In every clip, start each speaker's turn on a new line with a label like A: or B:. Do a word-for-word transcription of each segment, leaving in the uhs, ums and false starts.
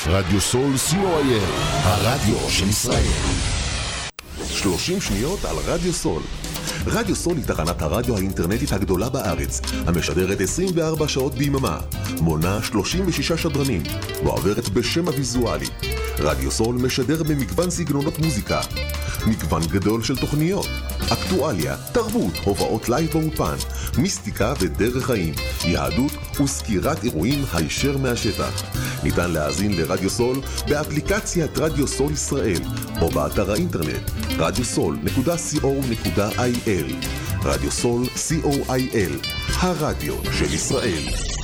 A: רדיו סול סי או איי אל, הרדיו של ישראל. שלושים שניות על רדיו סול. רדיו סול היא תחנת הרדיו האינטרנטית הגדולה בארץ, המשדרת עשרים וארבע שעות ביממה, מונה שלושים ושישה שדרנים, ועוברת בשם הוויזואלי. רדיו סול משדר במגוון סגנונות מוזיקה, מגוון גדול של תוכניות, אקטואליה, תרבות, הופעות לייב ואופן, מיסטיקה ודרך חיים, יהדות וסקירת אירועים הישר מהשטח. ניתן להאזין לרדיו סול באפליקציית רדיו סול ישראל, או באתר האינטרנט רדיו סול נקודה סי או נקודה איי אל. רדיו סול סי או איי אל, הרדיו של ישראל.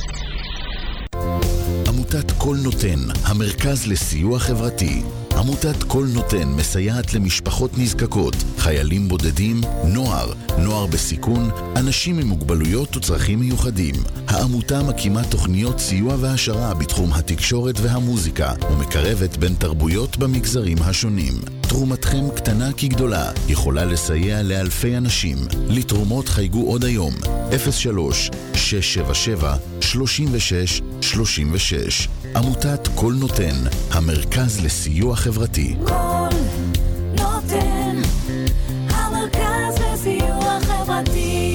B: עמותת כל נותן, המרכז לסיוע חברתי. עמותת כל נותן מסייעת למשפחות נזקקות, חיילים בודדים, נוער, נוער בסיכון, אנשים עם מוגבלויות וצרכים מיוחדים. העמותה מקימה תוכניות סיוע והשרה בתחום התקשורת והמוזיקה, ומקרבת בין תרבויות במגזרים השונים. תרומתכם קטנה כגדולה, יכולה לסייע לאלפי אנשים. לתרומות חייגו עוד היום, אפס שלוש שש שבע שבע שלושים ושש שלושים ושש. עמותת כל נותן, המרכז לסיוע חברתי.
C: כל נותן, המרכז לסיוע חברתי.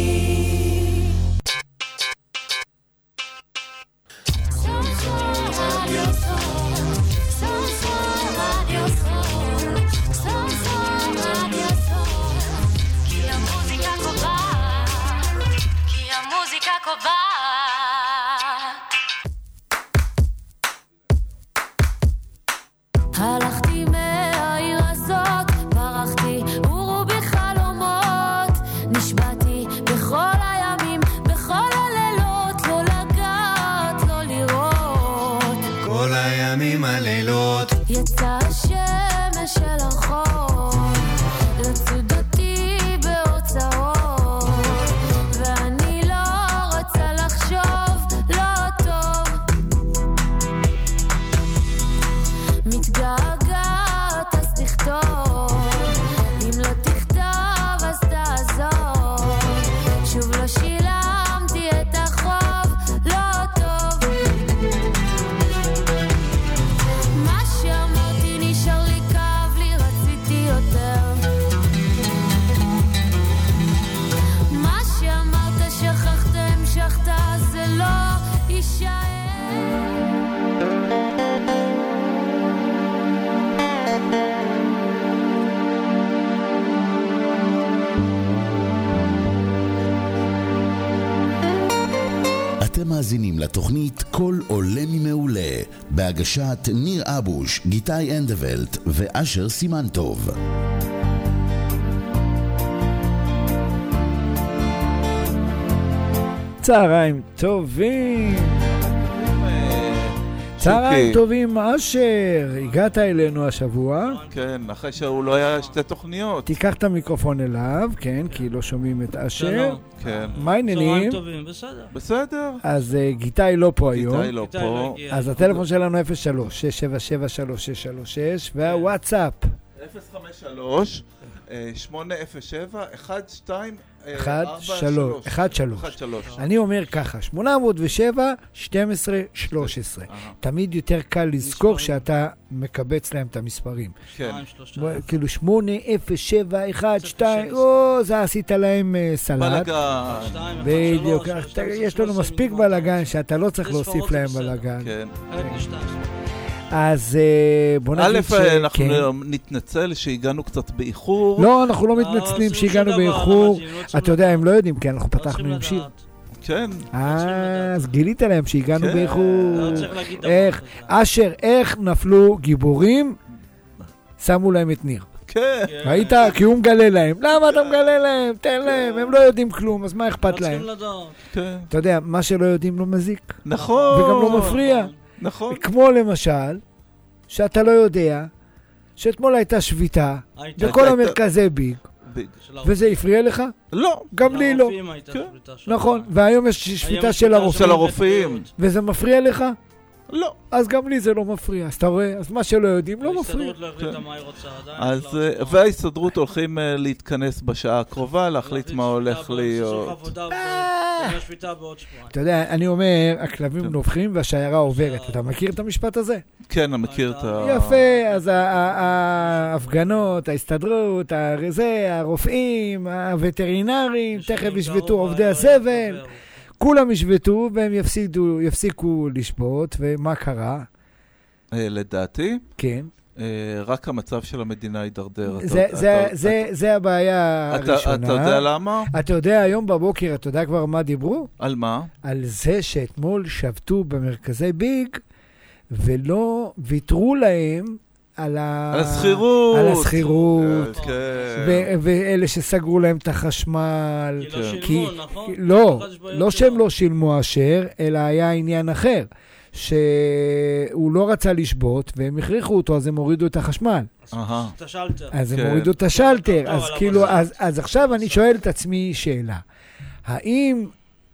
D: הלכתי מהעיר הזאת, ברחתי ורובי חלומות, נשבעתי בכל הימים, בכל הלילות, לא לגעת, לא לראות.
E: כל הימים הלילות
D: יצא השמש של הרחוב, לצוד אותי בהוצאות, ואני לא רוצה לחשוב לא טוב. מתגעגעת אז תכתוב, אם לא תכתוב אז תעזוב, שוב לא שילמתי את החוב, לא טוב. מה שאמרתי נשאר לי כאב לי, רציתי יותר. מה שאמרת שכחת המשכת, זה לא יישאר.
B: אתם מאזינים לתוכנית כל עולה ממעולה, בהגשת ניר אבוש, גיטאי אנדוולט ואשר סימן טוב.
F: צהריים טובים. צהריים טובים, אשר, הגעת אלינו השבוע.
G: כן, אחרי שהוא לא היה שתי תוכניות.
F: תיקח את המיקרופון אליו, כן, כי לא שומעים את אשר.
G: כן.
F: מה העניינים?
H: צהריים טובים, בסדר.
G: בסדר.
F: אז גיטאי לא פה היום.
G: גיטאי לא פה.
F: אז הטלפון שלנו אפס שלוש שש שבע שבע שלוש שש שלוש שש, והוואטסאפ
G: אפס חמש שלוש שמונה אפס שבע אחת שתיים
F: אחת שלוש אחת שלוש. אני אומר ככה, שמונה אפס שבע שתים עשרה שלוש עשרה. תמיד יותר קל לזכור שאתה מקבץ להם את המספרים. כאילו שמונה אפס שבע אחת שתיים, או זה עשית להם סלט.
G: בלגן.
F: בדיוק, יש לנו מספיק בלגן שאתה לא צריך להוסיף להם בלגן.
G: כן.
F: אז בוא נגיד ש...
G: א', אנחנו נתנצל שהגענו קצת באיחור.
F: לא, אנחנו לא מתנצלים שהגענו באיחור. אתה יודע, הם לא יודעים, כי אנחנו פתחנו עם שיר.
G: כן.
F: אז גילית להם שהגענו באיחור. איך, אשר, איך נפלו גיבורים, שמו להם את ניר.
G: כן.
F: ראית? כי הוא מגלה להם. למה אתה מגלה להם? תן להם, הם לא יודעים כלום, אז מה אכפת להם? אתה יודע, מה שלא יודעים לא מזיק.
G: נכון.
F: וגם לא מפריע.
G: נכון.
F: כמו למשל, שאתה לא יודע, שאתמול הייתה שביתה, בכל המרכזי ביג, וזה הפריע לך?
G: לא.
F: גם לי לא. נכון, והיום יש שביתה של הרופאים.
G: של הרופאים.
F: וזה מפריע לך?
G: לא.
F: אז גם לי זה לא מפריע. אז אתה רואה? אז מה שלא יודעים לא מפריע.
H: ההסתדרות לא החליטה מה היא רוצה
G: אז, וההסתדרות הולכים להתכנס בשעה הקרובה, להחליט מה הולך להיות.
F: אתה יודע, אני אומר, הכלבים נובחים והשיירה עוברת. אתה מכיר את המשפט הזה?
G: כן, אני מכיר את ה...
F: יפה, אז ההפגנות, ההסתדרות, הרופאים, הווטרינרים, תכף ישבטו עובדי הזבל. כולם ישבטו והם יפסידו, יפסיקו לשבות, ומה קרה?
G: לדעתי?
F: כן.
G: רק המצב של המדינה יידרדר.
F: זה, זה, זה, זה הבעיה הראשונה.
G: אתה יודע למה?
F: אתה יודע, היום בבוקר, אתה יודע כבר מה דיברו?
G: על מה?
F: על זה שאתמול שבתו במרכזי ביג, ולא ויתרו להם על
G: הסחירות.
F: על הסחירות.
G: כן.
F: ואלה שסגרו להם את החשמל.
H: כי לא שילמו, נכון?
F: לא, לא שהם לא שילמו אשר, אלא היה עניין אחר. שהוא לא רצה לשבות, והם הכריחו אותו, אז הם הורידו את החשמל. אז הם הורידו את השלטר. אז כאילו, אז עכשיו אני שואל את עצמי שאלה. האם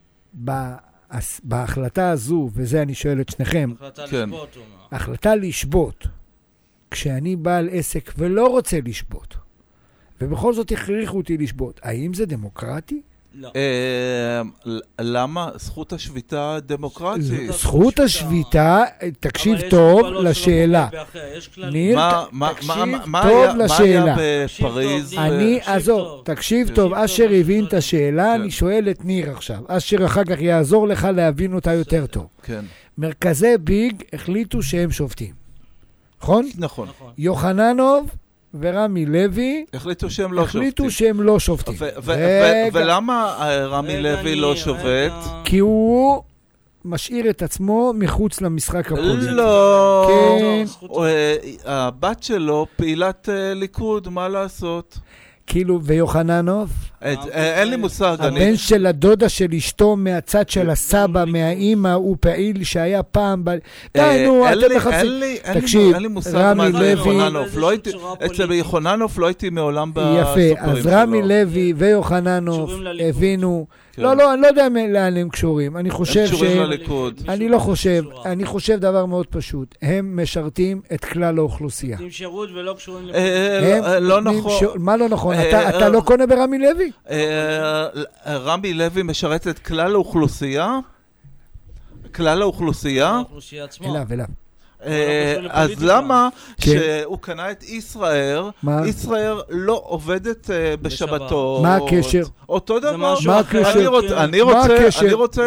F: בהחלטה הזו, וזה אני שואל את שניכם, החלטה לשבות, כשאני בעל עסק ולא רוצה לשבות, ובכל זאת הכריחו אותי לשבות, האם זה דמוקרטי?
H: לא.
G: למה? זכות השביתה דמוקרטית.
F: זכות השביתה, תקשיב טוב לשאלה. ניר, תקשיב טוב לשאלה.
G: בפריז?
F: אני, עזוב, תקשיב טוב, אשר הבין את השאלה, אני שואל את ניר עכשיו. אשר אחר כך יעזור לך להבין אותה יותר טוב. מרכזי ביג החליטו שהם שובתים. נכון?
G: נכון.
F: יוחננוב ורמי לוי
G: החליטו שהם לא שובתים.
F: החליטו שהם לא שובתים.
G: ולמה רמי לוי לא שובת?
F: כי הוא משאיר את עצמו מחוץ למשחק הפוליטי.
G: לא.
F: כן.
G: הבת שלו פעילת ליכוד, מה לעשות?
F: כאילו, ויוחננוב?
G: אין לי מושג.
F: הבן של הדודה של אשתו מהצד של הסבא, מהאימא, הוא פעיל שהיה פעם... די, נו, אתם מחפשים. תקשיב, רמי לוי...
G: אצל יוחננוב לא הייתי מעולם בסופרים שלו.
F: יפה, אז רמי לוי ויוחננוב הבינו... לא, לא, אני לא יודע לאן הם קשורים. אני חושב ש... אני לא חושב. אני חושב דבר מאוד פשוט. הם משרתים את כלל האוכלוסייה.
H: עם שירות ולא קשורים...
G: לא נכון.
F: מה לא נכון? אתה לא קונה ברמי לוי?
G: רמי לוי משרת את כלל האוכלוסייה? כלל האוכלוסייה?
H: האוכלוסייה עצמו.
F: אליו, אליו.
G: אז למה שהוא קנה את ישראל, ישראל לא עובדת בשבתות?
F: מה הקשר?
G: אותו דבר.
F: מה הקשר?
G: אני רוצה...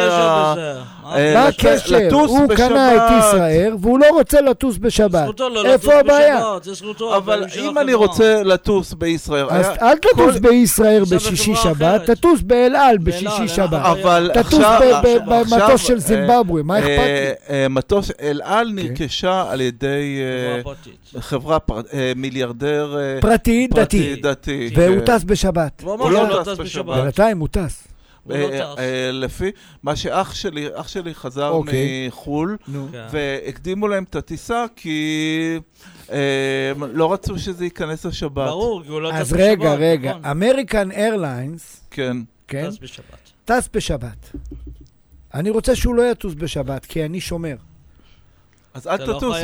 F: מה הקשר? הוא קנה את ישראל והוא לא רוצה לטוס בשבת. איפה הבעיה?
G: אבל אם אני רוצה לטוס בישראל...
F: אז אל תטוס בישראל בשישי שבת, תטוס באל-על בשישי שבת. תטוס במטוס של זימבבואה, מה אכפת לי?
G: מטוס אל-על נרכשה על ידי חברה מיליארדר
F: פרטי דתי. והוא טס בשבת.
H: הוא לא טס בשבת.
F: בינתיים הוא טס.
G: לפי מה שאח שלי, אח שלי חזר מחול, והקדימו להם את הטיסה כי לא רצו שזה ייכנס לשבת.
H: ברור, כי הוא לא טס בשבת.
F: אז רגע, רגע, אמריקן איירליינס
H: טס בשבת.
F: טס בשבת. אני רוצה שהוא לא יטוס בשבת, כי אני שומר.
G: אז אל תטוס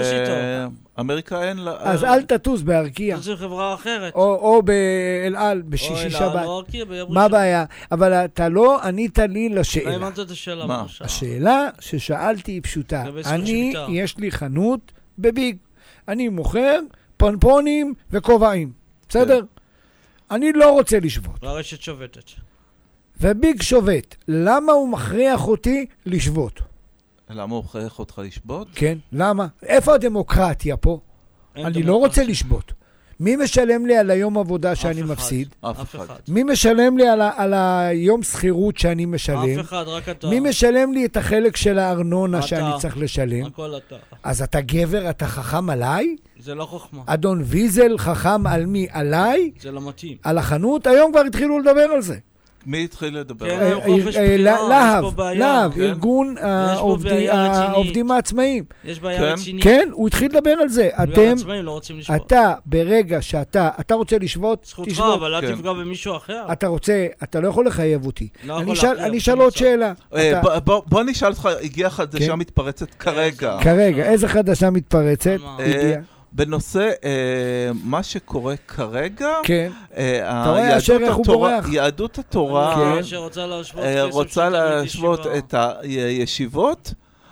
G: באמריקה אין לה...
F: אז אל תטוס בארקיע.
H: זו חברה אחרת.
F: או באל-על, בשישי שבת. מה הבעיה? אבל אתה לא ענית לי לשאלה.
H: לא הבנת את השאלה.
G: מה?
F: השאלה ששאלתי היא פשוטה. אני, יש לי חנות בביג. אני מוכר פונפונים וכובעים. בסדר? אני לא רוצה לשבות.
H: והרשת שובתת.
F: וביג שובת. למה הוא מכריח אותי לשבות?
G: למה הוא מכריח אותך לשבות?
F: כן, למה? איפה הדמוקרטיה פה? אני לא רוצה לשבות. מי משלם לי על היום עבודה שאני מפסיד?
G: אף אחד.
F: מי משלם לי על היום שכירות שאני משלם?
H: אף אחד, רק אתה.
F: מי משלם לי את החלק של הארנונה שאני צריך לשלם?
H: הכל אתה.
F: אז אתה גבר, אתה חכם עליי?
H: זה לא חוכמה.
F: אדון ויזל חכם על מי? עליי?
H: זה לא מתאים.
F: על החנות? היום כבר התחילו לדבר על זה.
G: מי התחיל לדבר?
H: כן, חופש בחירה,
F: להב,
H: יש פה בעיה.
F: להב, ארגון העובדים העצמאיים.
H: יש בעיה רצינית.
F: כן, הוא התחיל לדבר על זה. אתם,
H: העצמאים לא רוצים לשבות.
F: אתה, ברגע שאתה, אתה רוצה לשבות, תשבות.
H: זכותך, אבל אל תפגע במישהו אחר.
F: אתה רוצה, אתה לא יכול לחייב אותי.
H: לא יכול להכריח.
F: אני אשאל עוד שאלה.
G: בוא נשאל אותך, הגיעה חדשה מתפרצת כרגע.
F: כרגע, איזה חדשה מתפרצת? הגיעה.
G: בנושא מה שקורה כרגע,
F: אתה רואה אשר איך הוא בורח.
G: יהדות התורה רוצה להשוות את הישיבות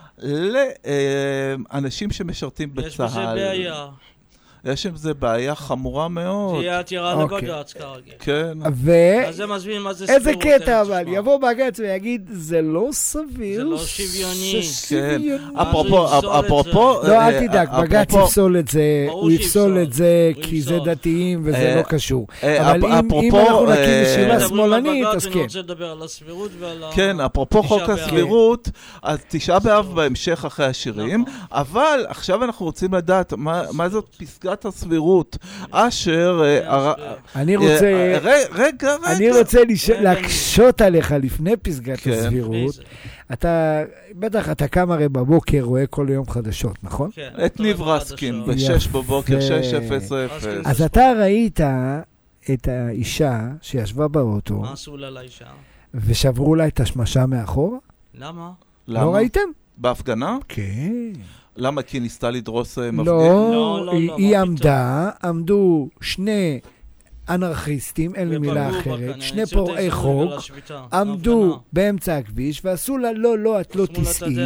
G: לאנשים שמשרתים בצהל.
H: יש בזה בעיה.
G: יש עם זה בעיה חמורה מאוד.
H: תהיה עתירה לבג"ץ כרגע.
G: כן.
H: אז זה מסביר מה זה סבירות.
F: איזה קטע אבל, יבוא בג"ץ ויגיד, זה לא סביר.
H: זה לא שוויוני.
G: כן. אפרופו...
F: לא, אל תדאג, בג"ץ יפסול את זה, הוא יפסול את זה כי זה דתיים וזה לא קשור. אבל אם אנחנו נקים ישיבה שמאלנית, אז כן.
H: אני רוצה לדבר על הסבירות ועל ה...
G: כן, אפרופו חוק הסבירות, אז תשעה באב בהמשך אחרי השירים, אבל עכשיו אנחנו רוצים לדעת מה זאת פסגת הסבירות, אשר...
F: אני רוצה...
G: רגע, רגע.
F: אני רוצה להקשות עליך לפני פסגת הסבירות. אתה, בטח אתה קם הרי בבוקר, רואה כל יום חדשות, נכון?
H: כן.
G: את ניב רסקין, בשש בבוקר, שש אפס אפס.
F: אז אתה ראית את האישה שישבה באוטו.
H: מה עשו לה לאישה?
F: ושברו לה את השמשה מאחורה?
H: למה?
F: לא ראיתם?
G: בהפגנה?
F: כן.
G: למה? כי ניסתה לדרוס מפגין?
F: לא, היא עמדה, עמדו שני אנרכיסטים, אין לי מילה אחרת, שני פורעי חוק, עמדו באמצע הכביש ועשו לה, לא, לא, את לא תיסעי.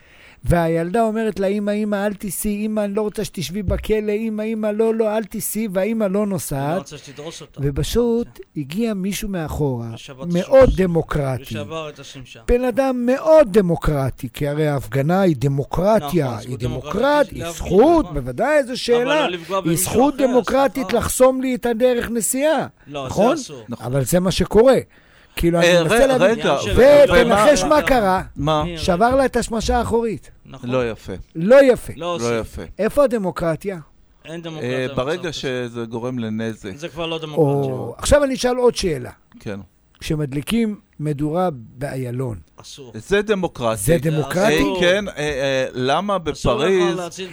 F: והילדה אומרת לה, אמא, אמא, אל תיסעי, אמא, אני לא רוצה שתשבי בכלא, אמא, אמא, לא, לא, אל תיסעי, והאמא לא נוסעת.
H: לא רוצה שתדרוס אותה.
F: ובשוט הגיע מישהו מאחורה, מאוד דמוקרטי.
H: ושבר את השמשה.
F: בן אדם מאוד דמוקרטי, כי הרי ההפגנה היא דמוקרטיה, היא דמוקרטית, היא זכות, בוודאי, איזו שאלה. היא זכות דמוקרטית לחסום לי את הדרך נסיעה. נכון? אבל זה מה שקורה. כאילו, אני מנסה להבין, ותנחש מה קרה?
G: מה?
F: שבר לה את השמשה האחורית.
G: לא יפה.
F: לא יפה.
G: לא יפה.
F: איפה הדמוקרטיה?
H: אין דמוקרטיה.
G: ברגע שזה גורם לנזק.
H: זה כבר לא דמוקרטיה.
F: עכשיו אני אשאל עוד שאלה.
G: כן.
F: כשמדליקים מדורה באיילון.
H: אסור.
G: זה דמוקרטי.
F: זה דמוקרטי?
G: כן, למה בפריז...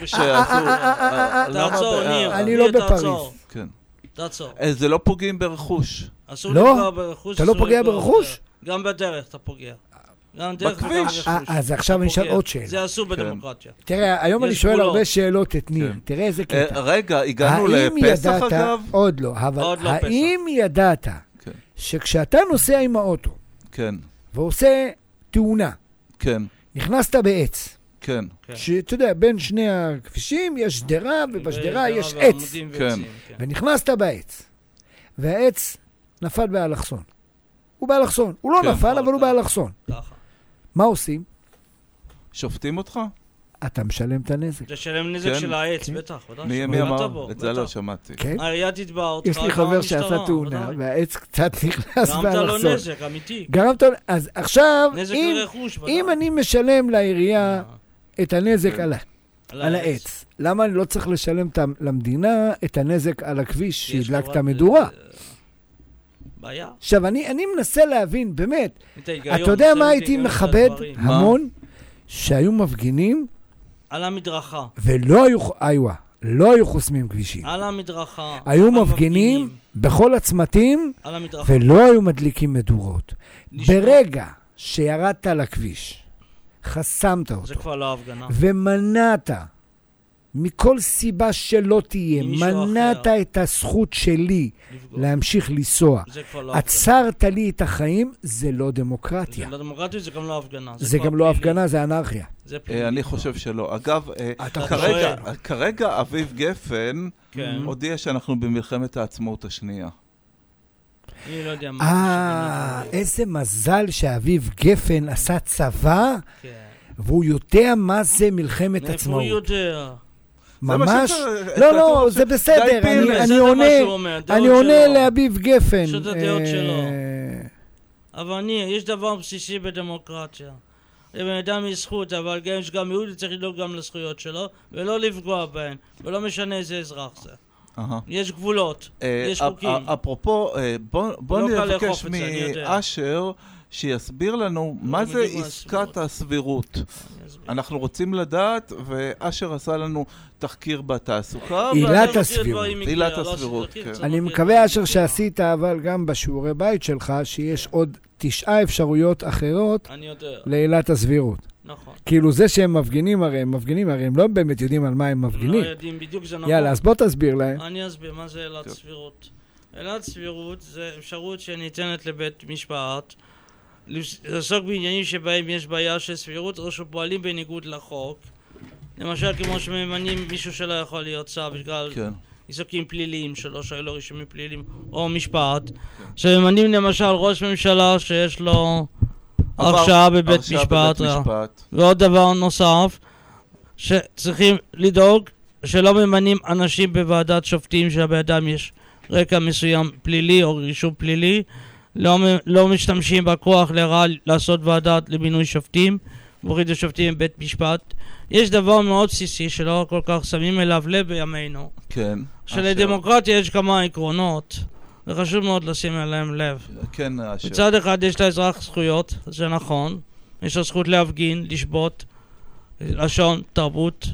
H: תעצור, ניר.
F: אני לא בפריז.
G: כן.
H: תעצור.
G: זה לא פוגעים ברכוש.
H: אסור לפגוע ברכוש.
F: אתה לא פוגע ברכוש?
H: גם בדרך אתה פוגע.
G: בכביש.
F: אז עכשיו אני אשאל עוד שאלה.
H: זה אסור בדמוקרטיה.
F: תראה, היום אני שואל הרבה שאלות את ניר. תראה איזה קטע.
G: רגע, הגענו לפסח אגב?
F: עוד לא, אבל האם ידעת שכשאתה נוסע עם האוטו ועושה תאונה, נכנסת בעץ,
G: כן.
F: שאתה יודע, בין שני הכבישים יש שדרה, ובשדרה יש עץ.
G: כן.
F: ונכנסת בעץ. והעץ נפל באלכסון. הוא באלכסון. הוא לא נפל, אבל הוא באלכסון. מה עושים?
G: שופטים אותך?
F: אתה משלם את הנזק.
H: זה שלם נזק של העץ, בטח.
G: מי אמר? את זה לא שמעתי.
H: העירייה תתבע אותך.
F: יש לי חבר שעשה תאונה, והעץ קצת נכנס באלכסון.
H: גרמת לו נזק, אמיתי.
F: גרמת לו... אז עכשיו,
H: לרכוש,
F: אם אני משלם לעירייה את הנזק על העץ, למה אני לא צריך לשלם למדינה את הנזק על הכביש שהדלק את המדורה?
H: בעיה.
F: עכשיו, אני מנסה להבין, באמת, אתה יודע מה הייתי מכבד המון? שהיו מפגינים
H: על המדרכה.
F: ולא היו, איואה, לא היו חוסמים כבישים.
H: על המדרכה.
F: היו מפגינים בכל הצמתים, ולא היו מדליקים מדורות. ברגע שירדת לכביש, חסמת אותו.
H: זה כבר לא הפגנה.
F: ומנעת, מכל סיבה שלא תהיה, מנעת את הזכות שלי להמשיך לנסוע. עצרת לי את החיים, זה לא דמוקרטיה.
H: זה לא דמוקרטיה, זה גם לא הפגנה.
F: זה גם לא הפגנה, זה אנרכיה.
G: אני חושב שלא. אגב, כרגע אביב גפן הודיע שאנחנו במלחמת העצמאות השנייה.
H: אני לא יודע מה.
F: אה, איזה מזל שאביב גפן עשה צבא, והוא יודע מה זה מלחמת עצמאות.
H: איפה הוא יודע?
F: ממש? לא, לא, זה בסדר, אני עונה, אני עונה לאביב גפן.
H: פשוט הדעות שלו. אבל אני, יש דבר בסיסי בדמוקרטיה. לבן אדם יש זכות, אבל יש גם יהודי צריך לדאוג גם לזכויות שלו, ולא לפגוע בהן, ולא משנה איזה אזרח זה. יש גבולות, יש חוקים.
G: אפרופו, בוא נבקש מאשר שיסביר לנו מה זה עסקת הסבירות. אנחנו רוצים לדעת, ואשר עשה לנו תחקיר בתעסוקה.
F: עילת הסבירות.
G: עילת הסבירות, כן.
F: אני מקווה, אשר, שעשית, אבל גם בשיעורי בית שלך, שיש עוד תשעה אפשרויות אחרות לעילת הסבירות.
H: נכון.
F: כאילו זה שהם מפגינים, הרי הם מפגינים, הרי הם לא באמת יודעים על מה הם מפגינים.
H: לא יודעים, בדיוק זה נכון.
F: יאללה, אז בוא תסביר להם.
H: אני אסביר, מה זה עילת סבירות? עילת סבירות זה אפשרות שניתנת לבית משפט, לעסוק בעניינים שבהם יש בעיה של סבירות או שפועלים בניגוד לחוק. למשל, כמו שממנים מישהו שלא יכול להיות שר בגלל עיסוקים פליליים שלו, שהיו לו רישומים פליליים, או משפט. שממנים למשל ראש ממשלה שיש לו הרשעה בבית משפט. ועוד דבר נוסף, שצריכים לדאוג שלא ממנים אנשים בוועדת שופטים שבאדם יש רקע מסוים פלילי או רישום פלילי, לא, לא משתמשים בכוח לרעה לעשות ועדת למינוי שופטים, מוריד שופטים בבית משפט. יש דבר מאוד בסיסי שלא כל כך שמים אליו לב בימינו.
G: כן.
H: שלדמוקרטיה יש כמה עקרונות, וחשוב מאוד לשים אליהם לב.
G: כן, אשר.
H: מצד אחד יש לאזרח זכויות, זה נכון. יש לו זכות להפגין, לשבות, לשון, תרבות,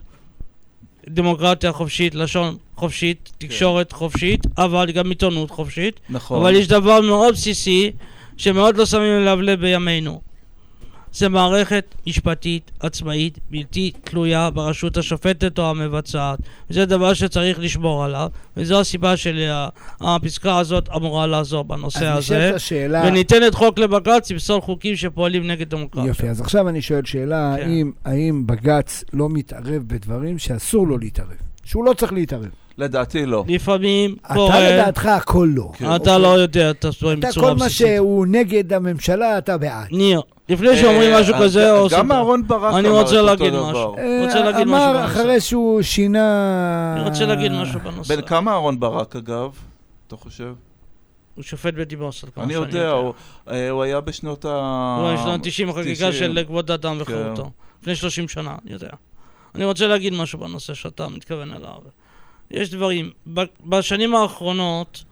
H: דמוקרטיה חופשית, לשון חופשית, תקשורת חופשית, אבל גם עיתונות חופשית.
G: נכון.
H: אבל יש דבר מאוד בסיסי שמאוד לא שמים אליו לב בימינו. זה מערכת משפטית עצמאית בלתי תלויה ברשות השופטת או המבצעת. וזה דבר שצריך לשמור עליו, וזו הסיבה שהפסקה הזאת אמורה לעזור בנושא הזה.
F: השאלה...
H: וניתנת חוק לבג"ץ לפסול חוקים שפועלים נגד דמוקרטיה.
F: יופי, אז עכשיו אני שואל שאלה, כן. האם, האם בג"ץ לא מתערב בדברים שאסור לו להתערב? שהוא לא צריך להתערב?
G: לדעתי לא.
H: לפעמים
F: קורה... אתה לדעתך הכל לא.
H: כן. אתה לא יודע את הדברים בצורה בסיסית.
F: אתה כל מה שהוא נגד הממשלה, אתה בעד.
H: ניר, לפני שאומרים משהו כזה...
G: גם אהרון ברק
H: אני רוצה להגיד משהו.
F: אמר אחרי שהוא שינה...
H: אני רוצה להגיד משהו בנושא.
G: בין כמה אהרון ברק אגב, אתה חושב?
H: הוא שופט בדימוס.
G: אני יודע, הוא היה בשנות ה...
H: הוא היה בשנות תשעים, החקיקה של כבוד האדם וחירותו. לפני שלושים שנה, אני יודע. אני רוצה להגיד משהו בנושא שאתה מתכוון אליו. יש דברים, בשנים האחרונות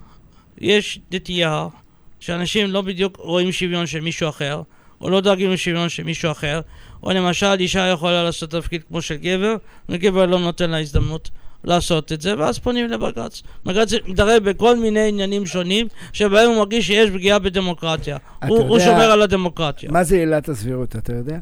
H: יש נטייה שאנשים לא בדיוק רואים שוויון של מישהו אחר, או לא דואגים לשוויון של מישהו אחר, או למשל אישה יכולה לעשות תפקיד כמו של גבר, וגבר לא נותן לה הזדמנות לעשות את זה, ואז פונים לבג"ץ. בג"ץ מתערב בכל מיני עניינים שונים, שבהם הוא מרגיש שיש פגיעה בדמוקרטיה. הוא, הוא שומר על הדמוקרטיה.
F: מה זה עילת הסבירות, אתה יודע?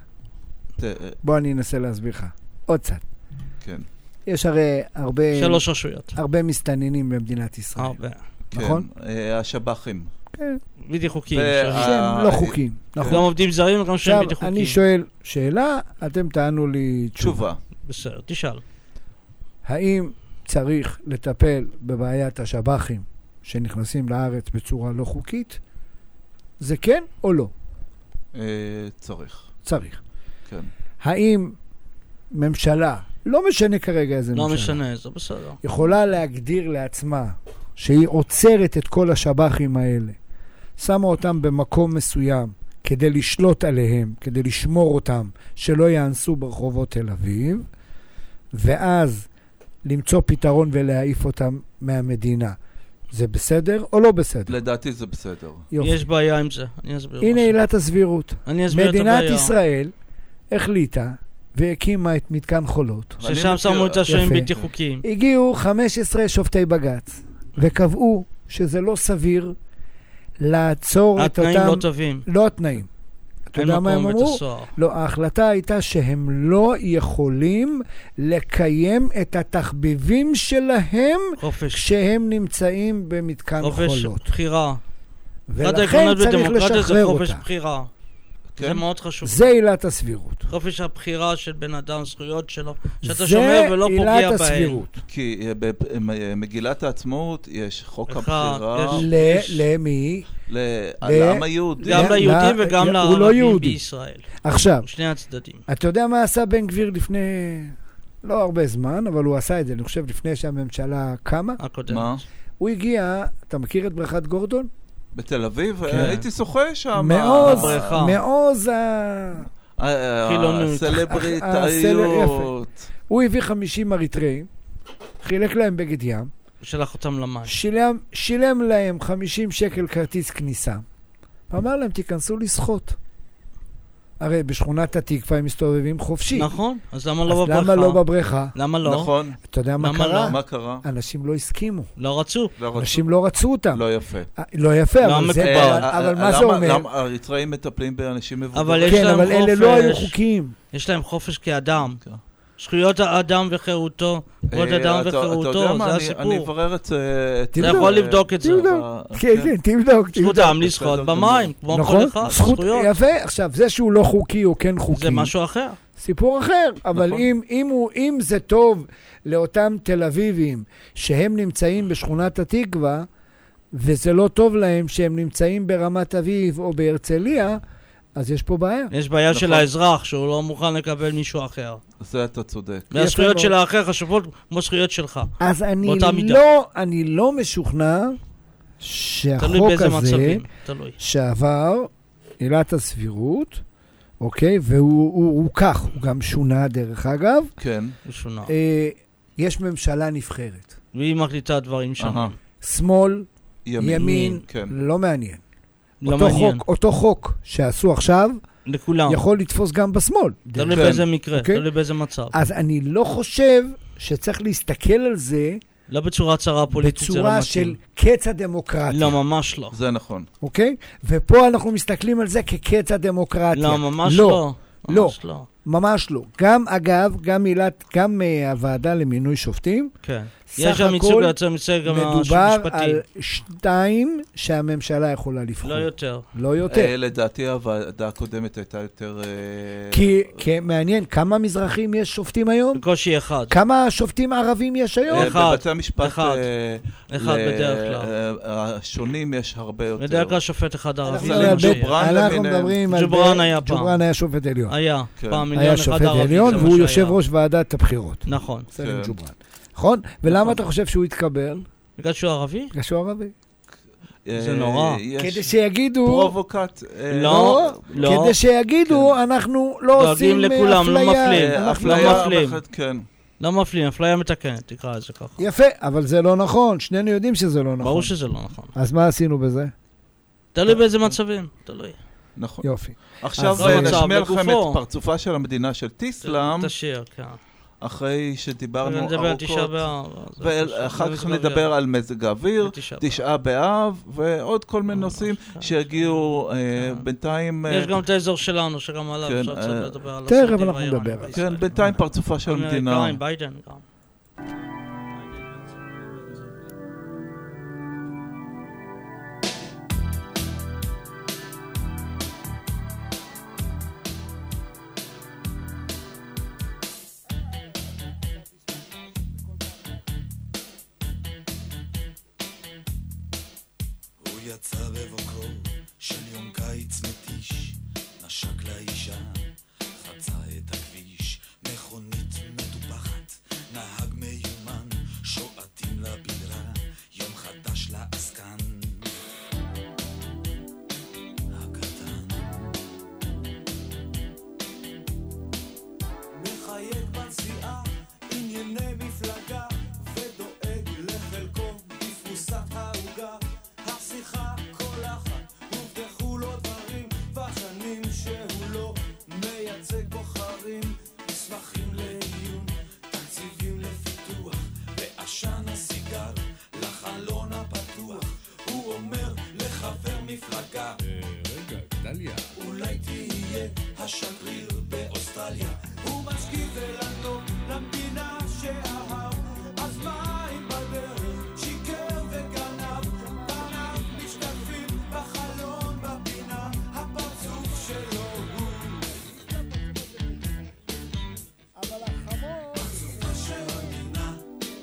F: בוא אני אנסה להסביר לך. עוד קצת.
G: כן.
F: יש הרי הרבה...
H: שלוש רשויות.
F: הרבה מסתננים במדינת ישראל.
H: הרבה.
F: נכון?
G: כן, השב"חים.
F: כן.
H: בלתי חוקיים.
F: שהם לא חוקיים.
H: גם עובדים זרים וגם שהם בלתי חוקיים.
F: אני שואל שאלה, אתם תענו לי
G: תשובה.
H: בסדר, תשאל.
F: האם צריך לטפל בבעיית השב"חים שנכנסים לארץ בצורה לא חוקית? זה כן או לא?
G: צריך.
F: צריך.
G: כן.
F: האם ממשלה, לא משנה כרגע איזה ממשלה,
H: לא משנה, זה בסדר.
F: יכולה להגדיר לעצמה שהיא עוצרת את כל השב"חים האלה, שמה אותם במקום מסוים כדי לשלוט עליהם, כדי לשמור אותם, שלא יאנסו ברחובות תל אביב, ואז למצוא פתרון ולהעיף אותם מהמדינה. זה בסדר או לא בסדר?
G: לדעתי זה בסדר.
H: יופי. יש בעיה עם זה, אני אסביר.
F: הנה עילת הסבירות.
H: אני אסביר את הבעיה.
F: מדינת ישראל החליטה והקימה את מתקן חולות.
H: ששם שמו את השוהים בלתי חוקיים.
F: הגיעו חמישה עשר שופטי בג"ץ, וקבעו שזה לא סביר לעצור את אותם...
H: התנאים לא טובים.
F: לא התנאים. אתה יודע מה הם אמרו? לא, ההחלטה הייתה שהם לא יכולים לקיים את התחביבים שלהם כשהם נמצאים במתקן חולות.
H: חופש בחירה.
F: ולכן צריך לשחרר אותה.
H: חופש בחירה. זה מאוד חשוב.
F: זה עילת הסבירות.
H: חופש הבחירה של בן אדם, זכויות שלו, שאתה שומר ולא פוגע בהם.
F: זה עילת הסבירות.
G: כי במגילת העצמאות יש חוק הבחירה.
F: למי?
G: לעם היהודי.
H: גם ליהודים וגם לערבים בישראל.
F: עכשיו,
H: שני הצדדים.
F: אתה יודע מה עשה בן גביר לפני לא הרבה זמן, אבל הוא עשה את זה, אני חושב, לפני שהממשלה קמה.
H: הקודמת.
F: הוא הגיע, אתה מכיר את בריכת גורדון?
G: בתל אביב? הייתי שוחה שם.
F: מעוז, מעוז
G: הסלבריטאיות.
F: הוא הביא חמישים אריתראים, חילק להם בגד ים,
H: שלח אותם למים.
F: שילם, שילם להם חמישים שקל כרטיס כניסה. ואמר להם, תיכנסו לשחות. הרי בשכונת התקווה הם מסתובבים חופשי.
H: נכון, אז למה לא בבריכה?
F: אז למה לא בבריכה?
H: למה לא?
G: נכון.
F: אתה יודע מה קרה?
G: מה קרה?
F: אנשים לא הסכימו.
H: לא רצו.
F: אנשים לא רצו אותם.
G: לא יפה.
F: לא יפה, אבל מה זה אומר?
G: למה האריתראים מטפלים באנשים מבוגרים?
F: כן, אבל אלה לא היו חוקיים.
H: יש להם חופש כאדם. זכויות האדם וחירותו, כבוד אדם וחירותו, זה הסיפור.
G: אני אברר את זה.
H: אתה יכול לבדוק את זה.
F: כן, כן, תבדוק.
H: זכותם לשחות במים, כמו כל אחד.
F: זכויות. יפה, עכשיו, זה שהוא לא חוקי או כן חוקי.
H: זה משהו אחר.
F: סיפור אחר, אבל אם זה טוב לאותם תל אביבים שהם נמצאים בשכונת התקווה, וזה לא טוב להם שהם נמצאים ברמת אביב או בהרצליה, אז יש פה בעיה.
H: יש בעיה של האזרח, שהוא לא מוכן לקבל מישהו אחר.
G: זה אתה צודק.
H: והזכויות של האחר חשובות כמו זכויות שלך.
F: אז אני לא, אני לא משוכנע שהחוק הזה שעבר עילת הסבירות, אוקיי, והוא כך, הוא גם שונה דרך אגב.
G: כן.
H: הוא שונה.
F: יש ממשלה נבחרת.
H: והיא מחליטה דברים שונים.
F: שמאל, ימין, לא מעניין. אותו חוק, אותו חוק שעשו עכשיו,
H: לכולם.
F: יכול לתפוס גם בשמאל.
H: תלוי באיזה מקרה, תלוי באיזה מצב.
F: אז אני לא חושב שצריך להסתכל על זה,
H: לא בצורה צרה פוליטית,
F: בצורה של קץ הדמוקרטיה.
H: לא, ממש לא.
G: זה נכון.
F: אוקיי? ופה אנחנו מסתכלים על זה כקץ הדמוקרטיה.
H: לא, ממש לא.
F: לא. ממש לא. גם, אגב, גם מילת, גם uh, הוועדה למינוי שופטים,
H: כן. יש שם ייצוג יוצא מצג גם
F: מדובר על שתיים שהממשלה יכולה לבחור.
H: לא יותר.
F: לא יותר.
G: אה, לדעתי הוועדה הקודמת הייתה יותר... אה...
F: כי, כי מעניין, כמה מזרחים יש שופטים היום?
H: בקושי אחד.
F: כמה שופטים ערבים יש היום?
H: אחד.
G: בבתי המשפט...
H: אחד.
G: אה,
H: אחד
G: ל...
H: בדרך כלל.
G: השונים יש הרבה יותר.
H: בדרך כלל שופט אחד ערבי.
F: אנחנו מדברים על...
H: ג'ובראן היה פעם.
F: ג'ובראן היה שופט עליון.
H: היה. פעם
F: היה שופט עליון, והוא יושב ראש ועדת הבחירות.
H: נכון.
F: סלים ג'ובראן. נכון? ולמה אתה חושב שהוא יתקבל?
H: בגלל שהוא ערבי?
F: בגלל שהוא ערבי.
H: זה נורא.
F: כדי שיגידו...
G: פרובוקט.
H: לא, לא.
F: כדי שיגידו, אנחנו לא עושים אפליה.
H: דואגים לכולם, לא מפלים.
G: אפליה,
H: כן. לא מפלים, אפליה מתקנת, תקרא את זה ככה.
F: יפה, אבל זה לא נכון. שנינו יודעים שזה לא נכון.
H: ברור שזה לא נכון.
F: אז מה עשינו בזה?
H: תלוי באיזה מצבים, תלוי.
G: נכון.
F: יופי.
G: עכשיו נשמיע לכם את פרצופה של המדינה של טיסלאם.
H: תשאיר, כן.
G: אחרי שדיברנו
H: ארוכות,
G: ואחר כך נדבר על מזג האוויר, תשעה באב, ועוד כל מיני נושאים שהגיעו בינתיים...
H: יש גם את האזור שלנו, שגם עליו אפשר קצת לדבר על...
F: תכף אנחנו נדבר.
G: כן, בינתיים פרצופה של המדינה.
H: ביידן גם.
I: יצא בבוקרו של יום קיץ מתיש, נשק לאישה, חצה את הכביש, מכונית מטופחת, נהג מיומן, שועטים לבדרה, יום חדש לעסקן הקטן. מחייק בנסיעה, ענייני מפלגה, ודואג לחלקו בפרוסת העוגה. השיחה כל אחת, הובטחו לו דברים בשנים שהוא לא מייצג בוחרים, מסמכים לעיון, תקציבים לפיתוח, ועשן הסיגר לחלון הפתוח. הוא אומר לחבר מפלגה,
J: רגע, דליה,
I: אולי תהיה השגריר באוסטרליה. הוא משקיף אלנו למדינה שאהב, אז מה אם בדרך שיקר וגנב, משתתפים בחלון בפינה, הפרצוף שלו הוא אבל החמור פרצופה של המדינה.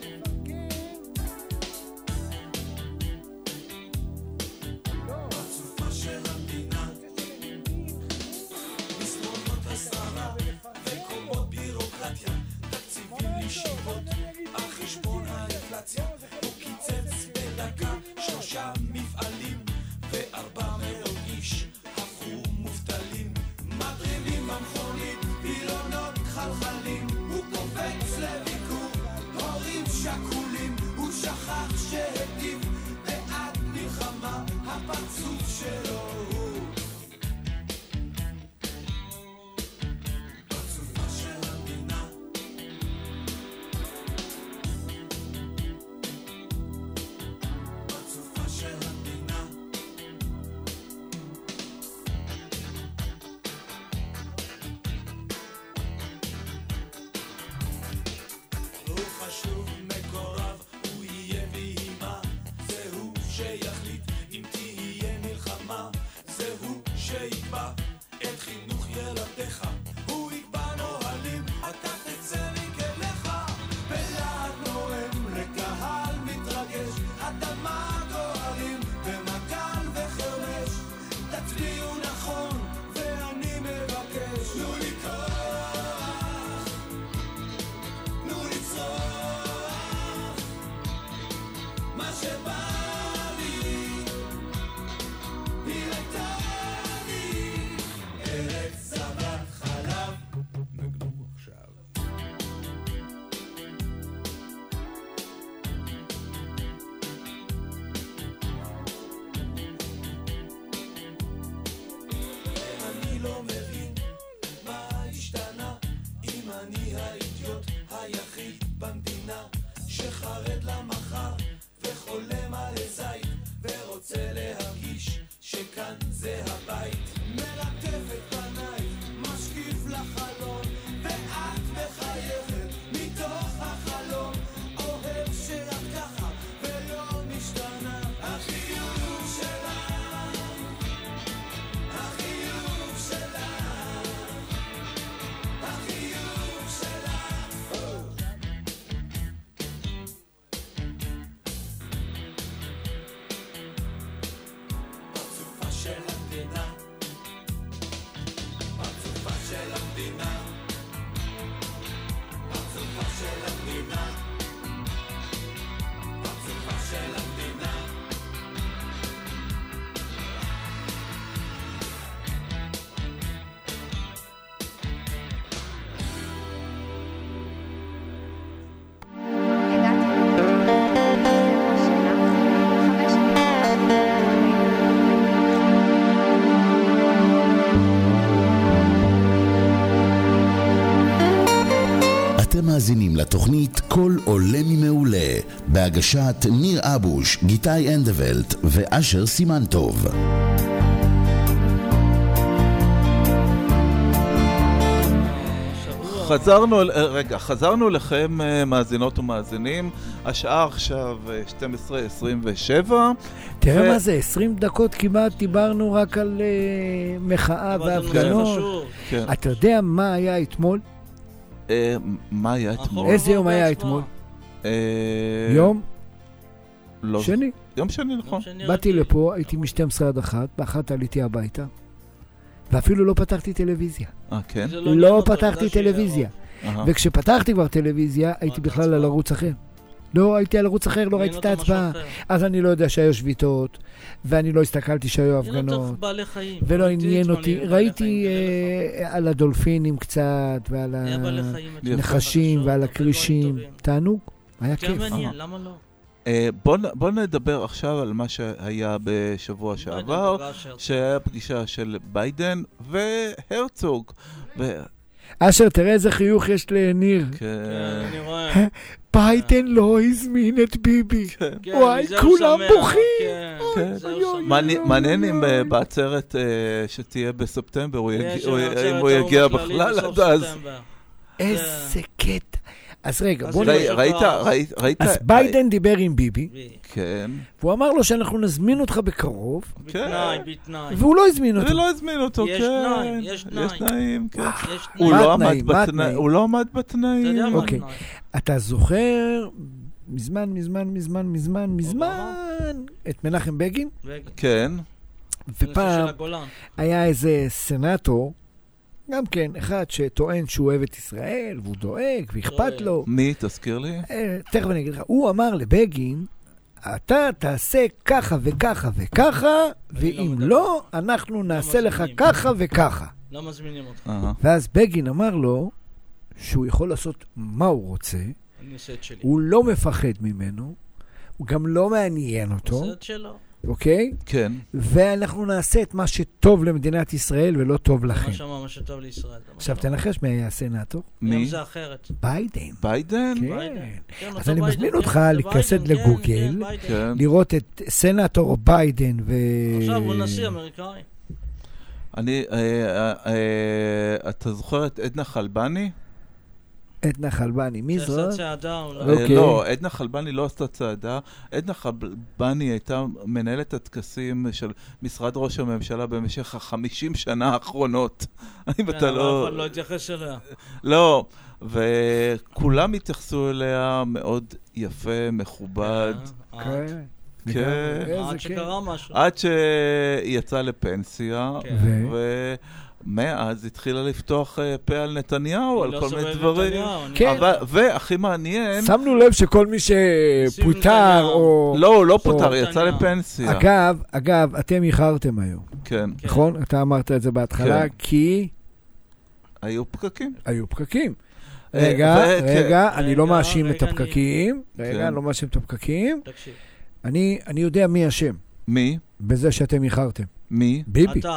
I: פרצופה של המדינה, מסמונות הסתרה וקומות בירוקרטיה, תקציבים לישיבות על חשבון האינפלציה. הוא קיצץ בדקה שלושה מפעלים וארבע מאות איש הפכו מובטלים. מדרימים במכונית, פילונות חלחלים, הוא קופץ לביקור הורים שכולים, הוא שכח במדינה שחרד למחר וחולם על זית ורוצה להרגיש שכאן זה הבית. מלטף את פניי, משקיף לחלון ואת מחייכת מתוך החלום. אוהב שאת ככה ולא משתנה. החיוך שלה, החיוך שלה, החיוך שלה. פרצופה של המדינה, פרצופה של המדינה, פרצופה של המדינה, פרצופה של המדינה.
B: אתם מאזינים לתוכנית כל עולה ממעולה, בהגשת ניר אבוש, גיטאי אנדוולט ואשר סימנטוב.
G: חזרנו, רגע, חזרנו לכם מאזינות ומאזינים, השעה עכשיו שתים עשרה עשרים ושבע.
F: תראה ו... מה זה, עשרים דקות כמעט דיברנו רק על uh, מחאה והפגנות.
G: כן.
F: אתה יודע מה היה אתמול?
G: Uh, מה היה אתמול?
F: איזה יום היה אתמול? Uh, יום?
G: לא.
F: שני.
G: יום שני, נכון.
F: באתי לפה, הייתי מ-שתים עשרה עד אחת, באחת עליתי הביתה. ואפילו לא פתחתי טלוויזיה.
G: אה, כן?
F: לא פתחתי טלוויזיה. וכשפתחתי כבר טלוויזיה, הייתי בכלל על ערוץ אחר. לא, הייתי על ערוץ אחר, לא ראיתי את ההצבעה. אז אני לא יודע שהיו שביתות, ואני לא הסתכלתי שהיו הפגנות. ולא עניין אותי. ראיתי על הדולפינים קצת, ועל הנחשים, ועל הקרישים. תענוג, היה כיף.
H: כן מעניין, למה לא?
G: בוא נדבר עכשיו על מה שהיה בשבוע שעבר, שהיה פגישה של ביידן והרצוג.
F: אשר, תראה איזה חיוך יש לניר.
G: כן,
H: אני רואה.
F: ביידן לא הזמין את ביבי. וואי, כולם בוכים.
G: מעניין אם בעצרת שתהיה בספטמבר, אם הוא יגיע בכלל עד אז.
F: איזה קטע. אז רגע,
G: בוא נראה. ראית, ראית, ראית.
F: אז ביידן דיבר עם ביבי.
G: כן.
F: והוא אמר לו שאנחנו נזמין אותך בקרוב.
H: בתנאי, בתנאי.
F: והוא לא הזמין אותו.
G: ולא הזמין אותו, כן.
H: יש תנאים, יש תנאים.
G: יש תנאים, כן.
H: הוא
G: לא עמד בתנאים. הוא לא עמד בתנאים.
F: אוקיי. אתה זוכר מזמן, מזמן, מזמן, מזמן, מזמן את מנחם בגין?
G: כן.
F: ופעם היה איזה סנאטור, גם כן, אחד שטוען שהוא אוהב את ישראל, והוא דואג, ואכפת לו.
G: מי? תזכיר לי.
F: תכף אני אגיד לך. הוא אמר לבגין, אתה תעשה ככה וככה וככה, ואם לא, אנחנו נעשה לך ככה וככה.
H: לא מזמינים אותך.
F: ואז בגין אמר לו, שהוא יכול לעשות מה הוא רוצה, הוא לא מפחד ממנו, הוא גם לא מעניין אותו.
H: עושה את שלו.
F: אוקיי?
G: כן.
F: ואנחנו נעשה את מה שטוב למדינת ישראל ולא טוב לכם.
H: מה שאמר מה שטוב לישראל.
F: עכשיו תנחש מי היה סנאטור?
H: מי? זה אחרת.
F: ביידן.
G: ביידן?
F: כן. אז אני מזמין אותך להיכנס לגוגל, לראות את סנאטור ביידן ו...
H: עכשיו הוא נשיא אמריקאי.
G: אני, אתה זוכר את עדנה חלבני?
F: עדנה חלבני, מי זאת?
H: שעשה צעדה אולי.
G: לא, עדנה חלבני לא עשתה צעדה. עדנה חלבני הייתה מנהלת הטקסים של משרד ראש הממשלה במשך החמישים שנה האחרונות.
H: כן, אבל אף אחד לא התייחס אליה.
G: לא, וכולם התייחסו אליה מאוד יפה, מכובד.
F: כן.
G: כן.
H: עד שקרה משהו.
G: עד שהיא יצאה לפנסיה, ו... מאז התחילה לפתוח פה על נתניהו, על כל מיני דברים. והכי מעניין...
F: שמנו לב שכל מי שפוטר או...
G: לא, הוא לא פוטר, יצא לפנסיה.
F: אגב, אגב, אתם איחרתם היום.
G: כן.
F: נכון? אתה אמרת את זה בהתחלה, כי...
G: היו פקקים.
F: היו פקקים. רגע, רגע, אני לא מאשים את הפקקים. רגע, אני לא מאשים את הפקקים. אני יודע מי אשם.
G: מי?
F: בזה שאתם איחרתם.
G: מי?
F: ביבי.
H: אתה.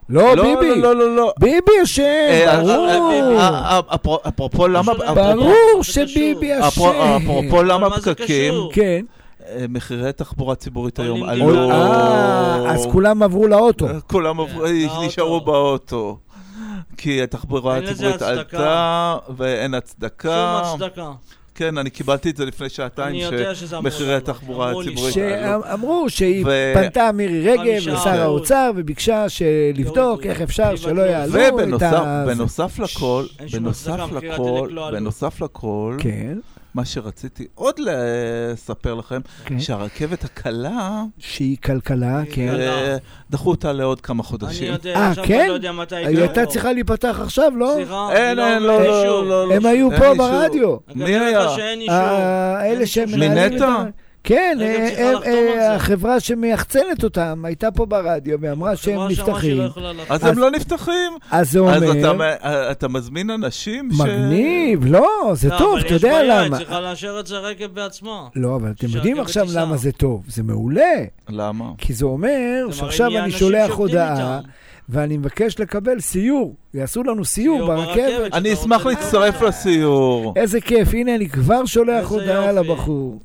F: לא, ביבי.
G: לא, לא, לא.
F: ביבי אשם, ברור.
G: אפרופו למה...
F: ברור שביבי אשם.
G: אפרופו למה פקקים.
F: כן.
G: מחירי תחבורה ציבורית היום
F: עלו. אז כולם עברו לאוטו.
G: כולם נשארו באוטו. כי התחבורה הציבורית עלתה ואין הצדקה.
H: שום הצדקה.
G: כן, אני קיבלתי את זה לפני שעתיים, שמחירי התחבורה הציבורית...
F: שאמרו שהיא פנתה מירי רגב לשר האוצר, וביקשה לבדוק איך אפשר שלא יעלו את ה...
G: ובנוסף לכל, בנוסף לכל, בנוסף לכל, מה שרציתי עוד לספר לכם, שהרכבת הקלה...
F: שהיא כלכלה, כן.
G: דחו אותה לעוד כמה חודשים.
F: אה, כן? היא הייתה צריכה להיפתח עכשיו, לא?
H: סליחה,
G: אין, אין, לא, לא, לא.
F: הם היו פה ברדיו.
G: מי היה?
F: אלה שהם...
G: מנטה?
F: כן, החברה שמייחצנת אותם הייתה פה ברדיו ואמרה שהם נפתחים.
G: אז הם לא נפתחים.
F: אז זה אומר...
G: אז אתה מזמין אנשים ש...
F: מגניב, לא, זה טוב, אתה יודע למה.
H: אבל יש בעיה, היא צריכה לאשר את זה רגע בעצמה.
F: לא, אבל אתם יודעים עכשיו למה זה טוב, זה מעולה.
G: למה?
F: כי זה אומר שעכשיו אני שולח הודעה, ואני מבקש לקבל סיור. יעשו לנו סיור ברכבת.
G: אני אשמח להצטרף לסיור.
F: איזה כיף, הנה אני כבר שולח הודעה לבחור.